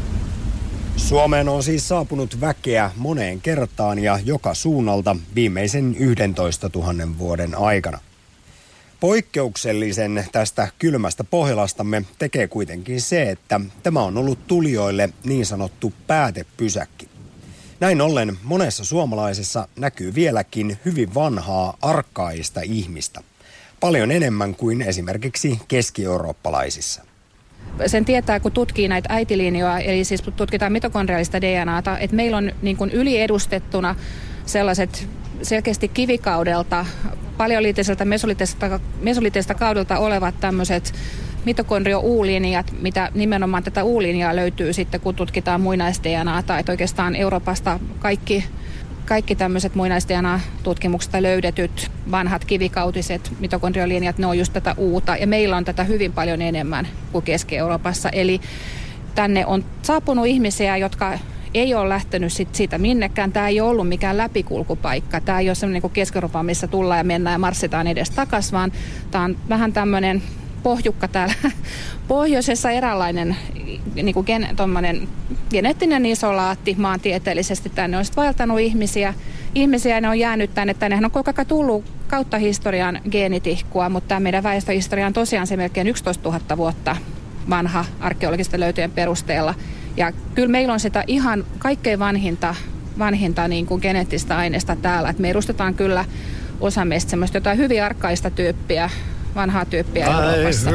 Suomeen on siis saapunut väkeä moneen kertaan ja joka suunnalta viimeisen yhdentoista tuhannen vuoden aikana. Poikkeuksellisen tästä kylmästä Pohjolastamme tekee kuitenkin se, että tämä on ollut tulijoille niin sanottu päätepysäkki. Näin ollen monessa suomalaisessa näkyy vieläkin hyvin vanhaa arkaista ihmistä. Paljon enemmän kuin esimerkiksi keski-eurooppalaisissa. Sen tietää, kun tutkii näitä äitilinjoja, eli siis tutkitaan mitokondriaalista D N A:ta, että meillä on niin kuin yliedustettuna sellaiset selkeästi kivikaudelta, paleoliittiselta, mesoliittiselta, mesoliittiselta kaudelta olevat tämmöiset mitokondrio-U-linjat, mitä nimenomaan tätä U-linjaa löytyy sitten, kun tutkitaan muinais-D N A:ta, että oikeastaan Euroopasta kaikki Kaikki tämmöiset muinais-D N A-tutkimuksesta löydetyt vanhat kivikautiset mitokondriolinjat, ne on just tätä uuta. Ja meillä on tätä hyvin paljon enemmän kuin Keski-Euroopassa. Eli tänne on saapunut ihmisiä, jotka ei ole lähtenyt sit siitä minnekään. Tämä ei ole ollut mikään läpikulkupaikka. Tämä ei ole semmoinen kuin Keski-Eurooppa, missä tullaan ja mennään ja marssitaan edes takaisin, vaan tämä on vähän tämmöinen pohjukka täällä pohjoisessa, eräänlainen niin kuin gen, geneettinen isolaatti maantieteellisesti. Tänne on sitten vaeltanut ihmisiä, ihmisiä ja ne on jäänyt tänne. Tännehän on koko ajan tullut kautta historian geenitihkua, mutta tämä meidän väestöhistoria on tosiaan se melkein yksitoistatuhatta vuotta vanha arkeologisten löytöjen perusteella. Ja kyllä meillä on sitä ihan kaikkein vanhinta vanhinta niin kuin geneettistä aineesta täällä. Et me edustetaan kyllä osa meistä semmoista jotain hyvin arkkaista tyyppiä, vanhaa tyyppiä Euroopassa.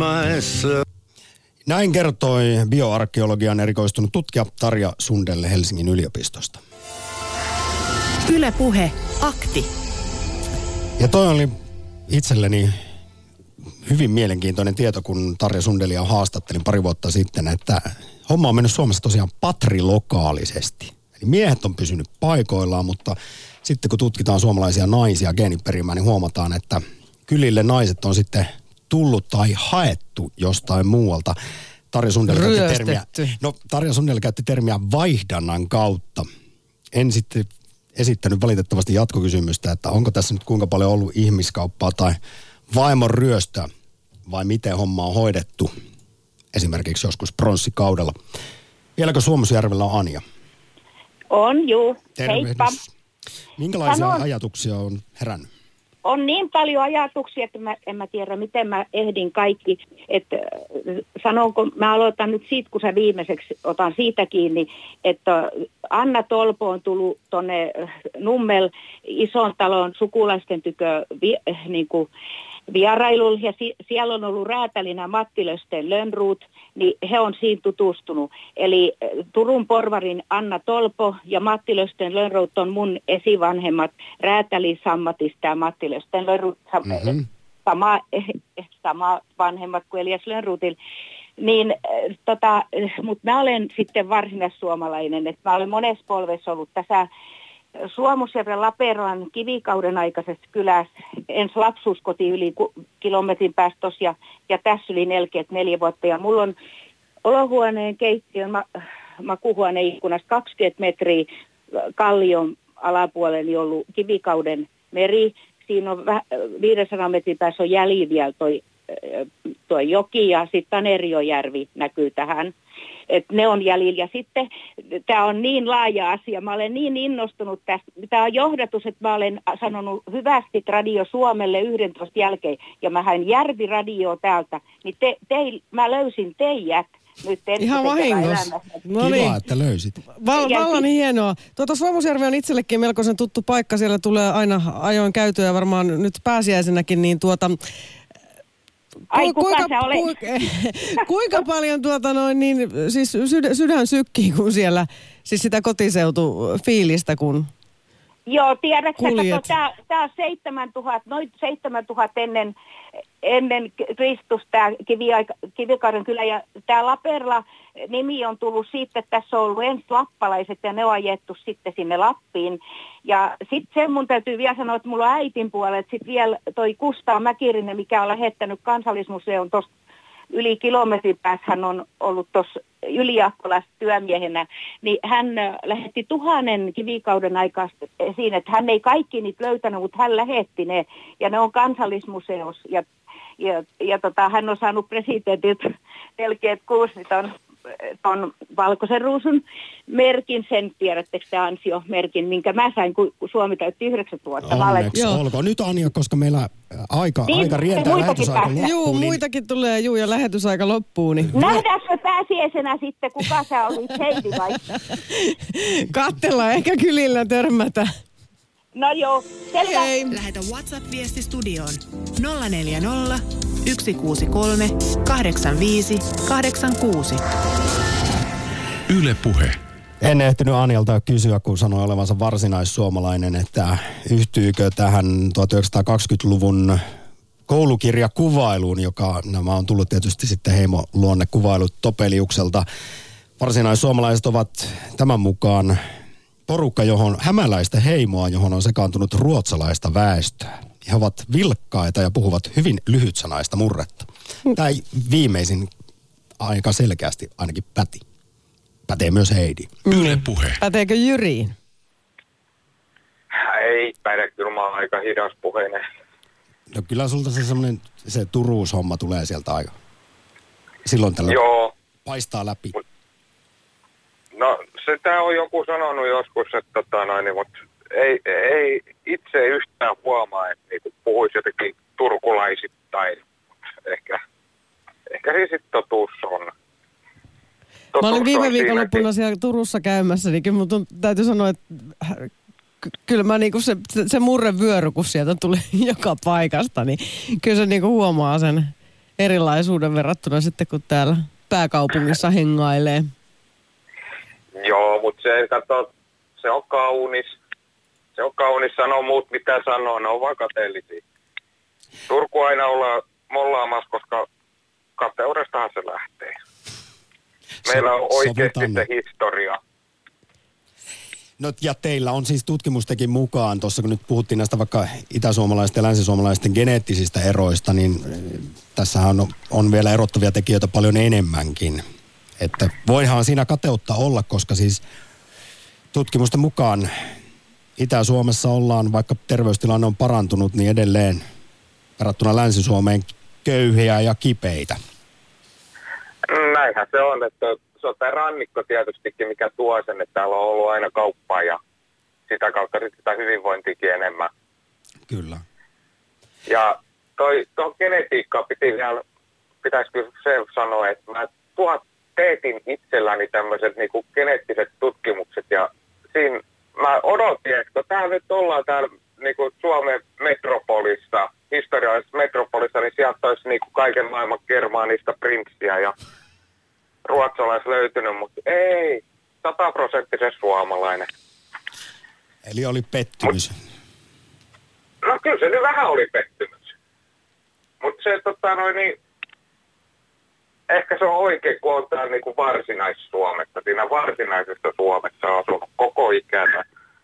Näin kertoi bioarkeologian erikoistunut tutkija Tarja Sundelle Helsingin yliopistosta. Yle Puhe, akti. Ja toi oli itselleni hyvin mielenkiintoinen tieto, kun Tarja Sundelia haastattelin pari vuotta sitten, että homma on mennyt Suomessa tosiaan patrilokaalisesti. Eli miehet on pysynyt paikoillaan, mutta sitten kun tutkitaan suomalaisia naisia geeniperimään, niin huomataan, että kylille naiset on sitten tullut tai haettu jostain muualta. Tarja Sundell käytti termiä, no Tarja Sundell käytti termiä vaihdannan kautta. En sitten esittänyt valitettavasti jatkokysymystä, että onko tässä nyt kuinka paljon ollut ihmiskauppaa tai vaimon ryöstöä, vai miten homma on hoidettu esimerkiksi joskus pronssikaudella. Vieläkö Suomusjärvellä on Anja? On, juu. Tervehdys. Heippa. Minkälaisia Sano, ajatuksia on herännyt? On niin paljon ajatuksia, että mä, en mä tiedä, miten mä ehdin kaikki. Että sanonko, mä aloitan nyt siitä, kun sä viimeiseksi otan siitä kiinni, että Anna Tolpo on tullut tuonne Nummel ison talon sukulaisten tykö vi, niin kuin vierailulla, ja si, siellä on ollut räätälinä Matti Lösten Lönnruut, niin he on siinä tutustunut. Eli Turun porvarin Anna Tolpo ja Matti Lösten Lönnruut on mun esivanhemmat räätälin sammatista, ja Matti Lösten Lönnruut mm-hmm. sama, sama vanhemmat kuin Elias Lönnruutilla. Niin, tota, mutta mä olen sitten varsinaissuomalainen, että mä olen monessa polvessa ollut tässä Suomusjärven Laperoan kivikauden aikaisessa kylässä, ensi lapsuuskoti yli kilometrin päästä tos, ja, ja tässä yli neljäkymmentäneljä vuotta. Ja mulla on olohuoneen keittiön ma, makuuhuoneen ikkunasta kaksikymmentä metriä kallion alapuolella ollut kivikauden meri. Siinä on viisisataa metrin päässä on jäljellä vielä toi, toi joki, ja sitten Taneriojärvi näkyy tähän. Että ne on jäljellä. Ja sitten tämä on niin laaja asia. Mä olen niin innostunut tästä. Tämä on johdatus, että mä olen sanonut hyvästi Radio Suomelle yhdentoista jälkeen. Ja mä hain Järvi-radioa täältä. Niin te, te, mä löysin teijät. Nyt ihan vahingossa. No niin. Kiva, että löysit. Val, vallan hienoa. Tuota Suomusjärvi on itsellekin melkoisen tuttu paikka. Siellä tulee aina ajoin käytyä varmaan nyt pääsiäisenäkin. Niin tuota... Ai, kuka kuinka, sä olet? Kuinka, kuinka paljon tuota noin, niin, siis sydä, sydän sykkii, kun siellä siis sitä kotiseutufiilistä, kun joo, tiedätkö, kuljet? Tämä on seitsemäntuhatta, noin seitsemäntuhatta ennen, ennen Kristus, tämä Kivikauden kylä, ja tämä Laperla nimi on tullut siitä, että tässä on ollut ensin lappalaiset, ja ne on ajettu sitten sinne Lappiin. Ja sitten sen mun täytyy vielä sanoa, että mulla on äitin puolella, sitten vielä toi Kustaa Mäkirinen, mikä on lähettänyt Kansallismuseon tuosta yli kilometrin päässä, hän on ollut tuossa Yliakkolassa työmiehenä, niin hän lähetti tuhannen kivikauden aikaa siinä, että hän ei kaikki niitä löytänyt, mutta hän lähetti ne, ja ne on Kansallismuseossa, ja, ja, ja tota, hän on saanut presidentit neljäkymmentäkuusi, niin ton, ton valkoisen ruusun merkin, sen tiedättekö te ansiomerkin, minkä mä sain, kun Suomi täytti yhdeksän vuotta. Onneksi olkoon. Nyt Anja, koska meillä aika, niin, aika rientää lähetysaika loppuu. Juu, niin... muitakin tulee, juu, ja lähetysaika loppuu. Niin... Nähdäänkö pääsiäisenä sitten, kuka sä olit, Heidi vai? Katsellaan, ehkä kylillä törmätä. No joo, selvä. Hei. Lähetä WhatsApp-viesti studioon nolla neljä nolla, yksi kuusi kolme, kahdeksan viisi, kahdeksan kuusi. Yle Puhe. En ehtinyt Anjalta kysyä, kun sanoi olevansa varsinaissuomalainen, että yhtyykö tähän tuhatyhdeksänsataakaksikymmentäluvun koulukirjakuvailuun, joka nämä on tullut tietysti sitten heimoluonnekuvailut Topeliukselta. Varsinaissuomalaiset ovat tämän mukaan porukka, johon hämäläistä heimoa, johon on sekaantunut ruotsalaista väestöä. He ovat vilkkaita ja puhuvat hyvin lyhytsanaista murretta. Tämä viimeisin aika selkeästi ainakin päti. Pätee myös Heidi. Yle Puhe. Päteekö Jyriin? Ei päde, kyllä mä oon aika hidaspuheinen. No kyllä sulta se semmoinen, se turuushomma tulee sieltä aika. Silloin tällä Joo. paistaa läpi. No sitä on joku sanonut joskus, että tota noin, mutta ei, ei itse yhtään huomaa, että niinku puhuisi jotenkin turkulaisittain. Ehkä, ehkä se sitten totuus on. Mä olin viime viikonloppuna siellä Turussa käymässä, niin kyllä mun täytyy sanoa, että kyllä mä niinku se, se murrevyöry, kun sieltä tuli joka paikasta, niin kyllä se niinku huomaa sen erilaisuuden verrattuna sitten, kun täällä pääkaupungissa hengailee. Joo, mutta se, kato, se on kaunis. Se on kaunis sanoa muut, mitä sanoo. Ne on vaan kateellisia. Turku aina ollaan mollaamassa, koska kateudestahan se lähtee. Meillä on oikeasti se historia. No ja teillä on siis tutkimustekin mukaan, tuossa kun nyt puhuttiin näistä vaikka itäsuomalaisten ja länsisuomalaisten geneettisistä eroista, niin tässähän on, on vielä erottavia tekijöitä paljon enemmänkin. Että voihan siinä kateutta olla, koska siis tutkimusten mukaan Itä-Suomessa ollaan, vaikka terveystilanne on parantunut, niin edelleen verrattuna Länsi-Suomeen köyhiä ja kipeitä. Näinhän se on, että se on tämä rannikko tietystikin, mikä tuo sen, että täällä on ollut aina kauppaa ja sitä kautta sitten sitä hyvinvointikin enemmän. Kyllä. Ja toi, tuohon genetiikkaan piti vielä, pitäisi kyllä se sanoa, että mä tuot teetin itselläni tämmöiset niinku geneettiset tutkimukset ja siinä mä odotin, että täällä nyt ollaan täällä niinku Suomen metropolissa, historiallisessa metropolissa, niin sieltä olisi niinku kaiken maailman germaanista prinssiä ja ruotsalais löytynyt, mutta ei, sataprosenttisen suomalainen. Eli oli pettymys. Mut, no kyllä se nyt vähän oli pettymys. Mutta se tota noin niin, ehkä se on oikein, kun on täällä niinku varsinais-Suomessa. Siinä varsinaisessa Suomessa on asunut koko ikänä.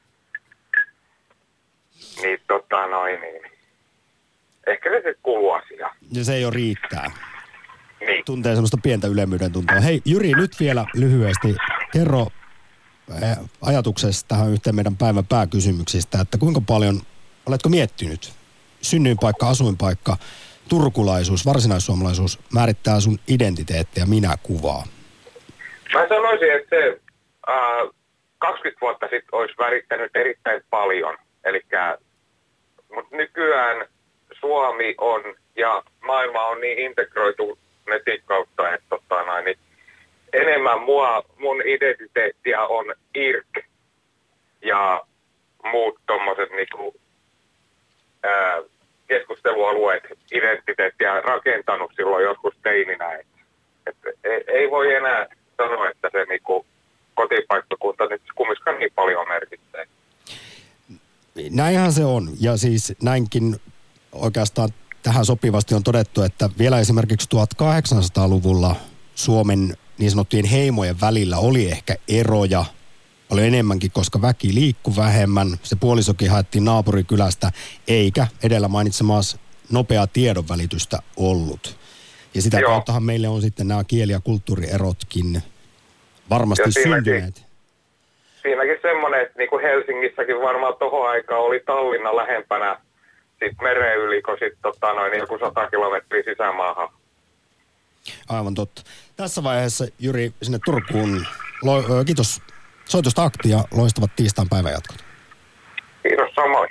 Niin tota noin niin. Ehkä se sitten kuuluu asiaan. Ja se ei ole riittää. Niin. Tuntee semmoista pientä ylemmyyden tuntoa. Hei Jyri, nyt vielä lyhyesti kerro ajatuksesta tähän yhteen meidän päivän pääkysymyksistä, että kuinka paljon, oletko miettinyt, synnyinpaikka, asuinpaikka, turkulaisuus, varsinaissuomalaisuus määrittää sun identiteettiä, minäkuvaa? Mä sanoisin, että se äh, kaksikymmentä vuotta sitten olisi värittänyt erittäin paljon. Elikkä, mutta nykyään Suomi on ja maailma on niin integroitu netin kautta, että tota noin, niin enemmän mua, mun identiteettiä on I R C ja muut tommoset niinku, ää, keskustelualueet identiteettiä rakentanut silloin joskus teininä. Et, et, ei, ei voi enää sanoa, että se niinku kotipaikkakunta nyt kumminkaan niin paljon merkitsee. Näinhän se on. Ja siis näinkin oikeastaan tähän sopivasti on todettu, että vielä esimerkiksi tuhatkahdeksansataaluvulla Suomen niin sanottujen heimojen välillä oli ehkä eroja paljon enemmänkin, koska väki liikkui vähemmän. Se puolisokin haettiin naapurikylästä, eikä edellä mainitsemaas nopeaa tiedonvälitystä ollut. Ja sitä Joo. kauttahan meille on sitten nämä kieli- ja kulttuurierotkin varmasti ja siinäkin, syntyneet. Siinäkin semmoinen, että niin kuin Helsingissäkin varmaan tohon aikaan oli Tallinna lähempänä sitten meren yli, kun sitten tota, noin joku sata kilometriä sisämaahan. Aivan totta. Tässä vaiheessa, Jyri, sinne Turkuun. Lo, kiitos soitosta Akti ja loistavat tiistain päivänjatkot. Kiitos samoin.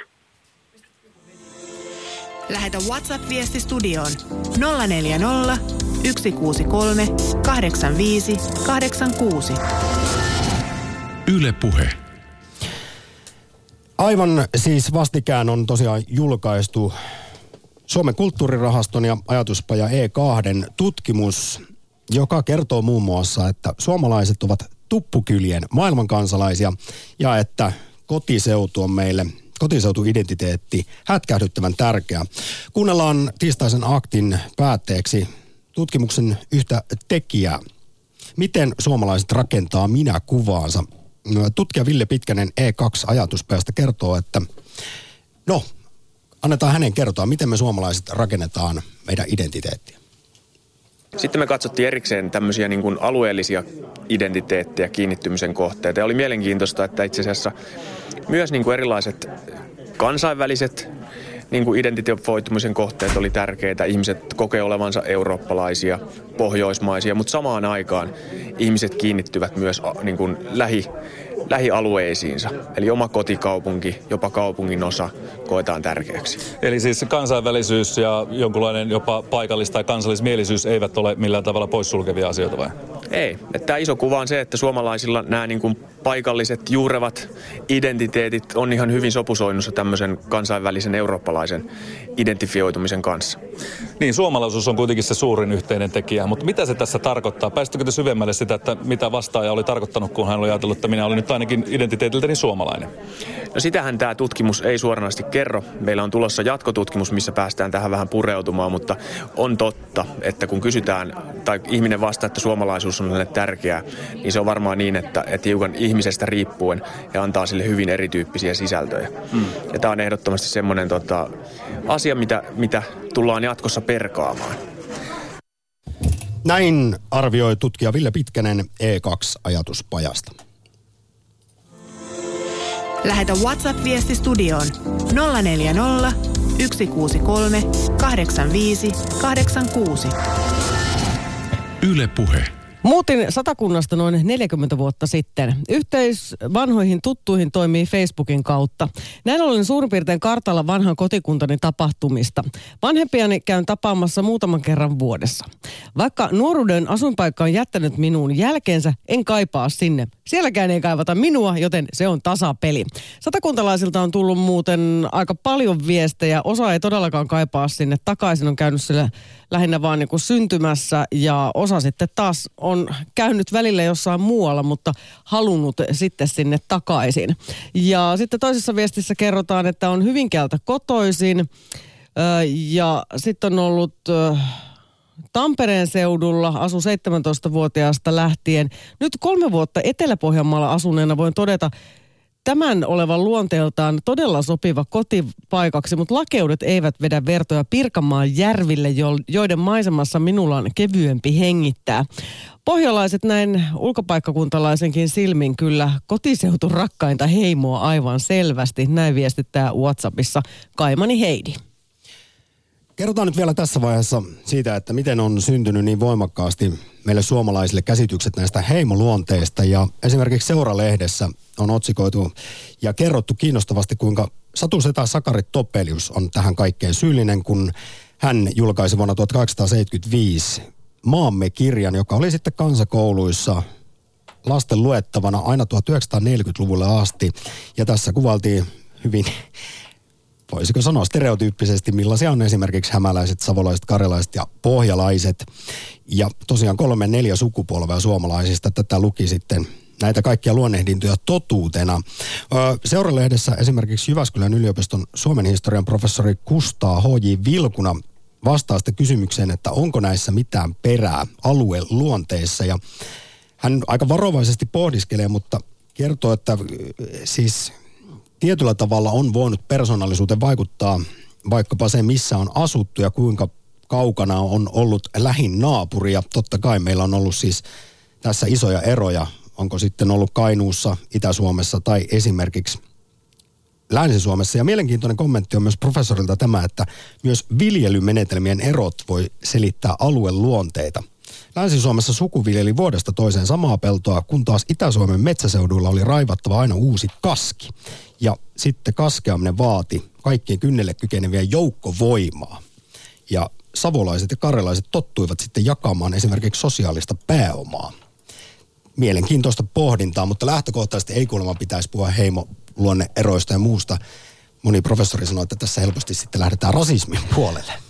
Lähetä WhatsApp-viesti studioon nolla neljä nolla, yksi kuusi kolme, kahdeksan viisi, kahdeksan kuusi. Yle Puhe. Aivan siis vastikään on tosiaan julkaistu Suomen kulttuurirahaston ja ajatuspaja E kaksi tutkimus, joka kertoo muun muassa, että suomalaiset ovat tuppukylien maailmankansalaisia ja että kotiseutu on meille, kotiseutuidentiteetti, hätkähdyttävän tärkeä. Kuunnellaan tiistaisen Aktin päätteeksi tutkimuksen yhtä tekijää. Miten suomalaiset rakentaa minäkuvaansa? Tutkija Ville Pitkänen E kaksi -ajatuspajasta kertoo, että no, annetaan hänen kertoa, miten me suomalaiset rakennetaan meidän identiteettiä. Sitten me katsottiin erikseen tämmöisiä niin kuin alueellisia identiteettejä, kiinnittymisen kohteita. Ja oli mielenkiintoista, että itse asiassa myös niin kuin erilaiset kansainväliset niin kuin identifioitumisen kohteet oli tärkeitä. Ihmiset kokee olevansa eurooppalaisia, pohjoismaisia, mutta samaan aikaan ihmiset kiinnittyvät myös niin kuin lähi, lähialueisiinsa. Eli oma kotikaupunki, jopa kaupungin osa koetaan tärkeäksi. Eli siis kansainvälisyys ja jonkunlainen jopa paikallis- tai kansallismielisyys eivät ole millään tavalla poissulkevia asioita vai? Ei. Tämä iso kuva on se, että suomalaisilla nämä niin kuin paikalliset juurevat identiteetit on ihan hyvin sopusoinnussa tämmöisen kansainvälisen eurooppalaisen identifioitumisen kanssa. Niin, suomalaisuus on kuitenkin se suurin yhteinen tekijä, mutta mitä se tässä tarkoittaa? Pääsittekö te syvemmälle sitä, että mitä vastaaja oli tarkoittanut, kun hän oli ajatellut, että minä olin nyt ainakin identiteetiltäni suomalainen? No sitähän tämä tutkimus ei suoranaisesti kerro. Meillä on tulossa jatkotutkimus, missä päästään tähän vähän pureutumaan, mutta on totta, että kun kysytään tai ihminen vastaa, että suomalaisuus on hänelle tärkeää, niin se on varmaan niin, että, että hiukan ihmisestä riippuen ja antaa sille hyvin erityyppisiä sisältöjä. Mm. Ja tämä on ehdottomasti semmoinen tota, asia, mitä, mitä tullaan jatkossa perkaamaan. Näin arvioi tutkija Ville Pitkänen E kaksi -ajatuspajasta. Lähetä WhatsApp-viesti studioon nolla neljä nolla, yksi kuusi kolme, kahdeksan viisi, kahdeksan kuusi. Yle Puhe. Muutin Satakunnasta noin neljäkymmentä vuotta sitten. Yhteys vanhoihin tuttuihin toimii Facebookin kautta. Näin ollen suurin piirtein kartalla vanhan kotikuntani tapahtumista. Vanhempiani käyn tapaamassa muutaman kerran vuodessa. Vaikka nuoruuden asuinpaikka on jättänyt minuun jälkeensä, en kaipaa sinne. Sielläkään ei kaivata minua, joten se on tasapeli. Satakuntalaisilta on tullut muuten aika paljon viestejä. Osa ei todellakaan kaipaa sinne takaisin, on käynyt siellä lähinnä vaan niin kuin syntymässä ja osa sitten taas on käynyt välillä jossain muualla, mutta halunnut sitten sinne takaisin. Ja sitten toisessa viestissä kerrotaan, että on Hyvinkäältä kotoisin ja sitten on ollut Tampereen seudulla, asu seitsemäntoistavuotiaasta lähtien. Nyt kolme vuotta Etelä-Pohjanmaalla asuneena voin todeta, tämän olevan luonteeltaan todella sopiva kotipaikaksi, mutta lakeudet eivät vedä vertoja Pirkanmaan järville, joiden maisemassa minulla on kevyempi hengittää. Pohjalaiset näin ulkopaikkakuntalaisenkin silmin kyllä kotiseutu rakkainta heimoa aivan selvästi. Näin viestittää WhatsAppissa Kaimani Heidi. Kerrotaan nyt vielä tässä vaiheessa siitä, että miten on syntynyt niin voimakkaasti meille suomalaisille käsitykset näistä heimoluonteista. Ja esimerkiksi Seura-lehdessä on otsikoitu ja kerrottu kiinnostavasti, kuinka satusetä Sakari Topelius on tähän kaikkeen syyllinen, kun hän julkaisi vuonna tuhatkahdeksansataaseitsemänkymmentäviisi Maamme-kirjan, joka oli sitten kansakouluissa lasten luettavana aina tuhatyhdeksänsataaneljäkymmentäluvulle asti. Ja tässä kuvaltiin hyvin, voisiko sanoa stereotyyppisesti, millaisia on esimerkiksi hämäläiset, savolaiset, karjalaiset ja pohjalaiset. Ja tosiaan kolme, neljä sukupolvea suomalaisista tätä luki sitten näitä kaikkia luonnehdintoja totuutena. Seuralehdessä esimerkiksi Jyväskylän yliopiston Suomen historian professori Kustaa H J Vilkuna vastaa sitten kysymykseen, että onko näissä mitään perää alueluonteissa. Ja hän aika varovaisesti pohdiskelee, mutta kertoo, että siis tietyllä tavalla on voinut persoonallisuuteen vaikuttaa vaikkapa se, missä on asuttu ja kuinka kaukana on ollut lähin naapuri. Ja totta kai meillä on ollut siis tässä isoja eroja. Onko sitten ollut Kainuussa, Itä-Suomessa tai esimerkiksi Länsi-Suomessa. Ja mielenkiintoinen kommentti on myös professorilta tämä, että myös viljelymenetelmien erot voi selittää alueluonteita. Länsi-Suomessa suku viljeli vuodesta toiseen samaa peltoa, kun taas Itä-Suomen metsäseuduilla oli raivattava aina uusi kaski. Ja sitten kaskeaminen vaati kaikkien kynnelle kykeneviä joukkovoimaa. Ja savolaiset ja karjalaiset tottuivat sitten jakamaan esimerkiksi sosiaalista pääomaa. Mielenkiintoista pohdintaa, mutta lähtökohtaisesti ei kuulemma pitäisi puhua heimoluonne-eroista ja muusta. Moni professori sanoi, että tässä helposti sitten lähdetään rasismin puolelle.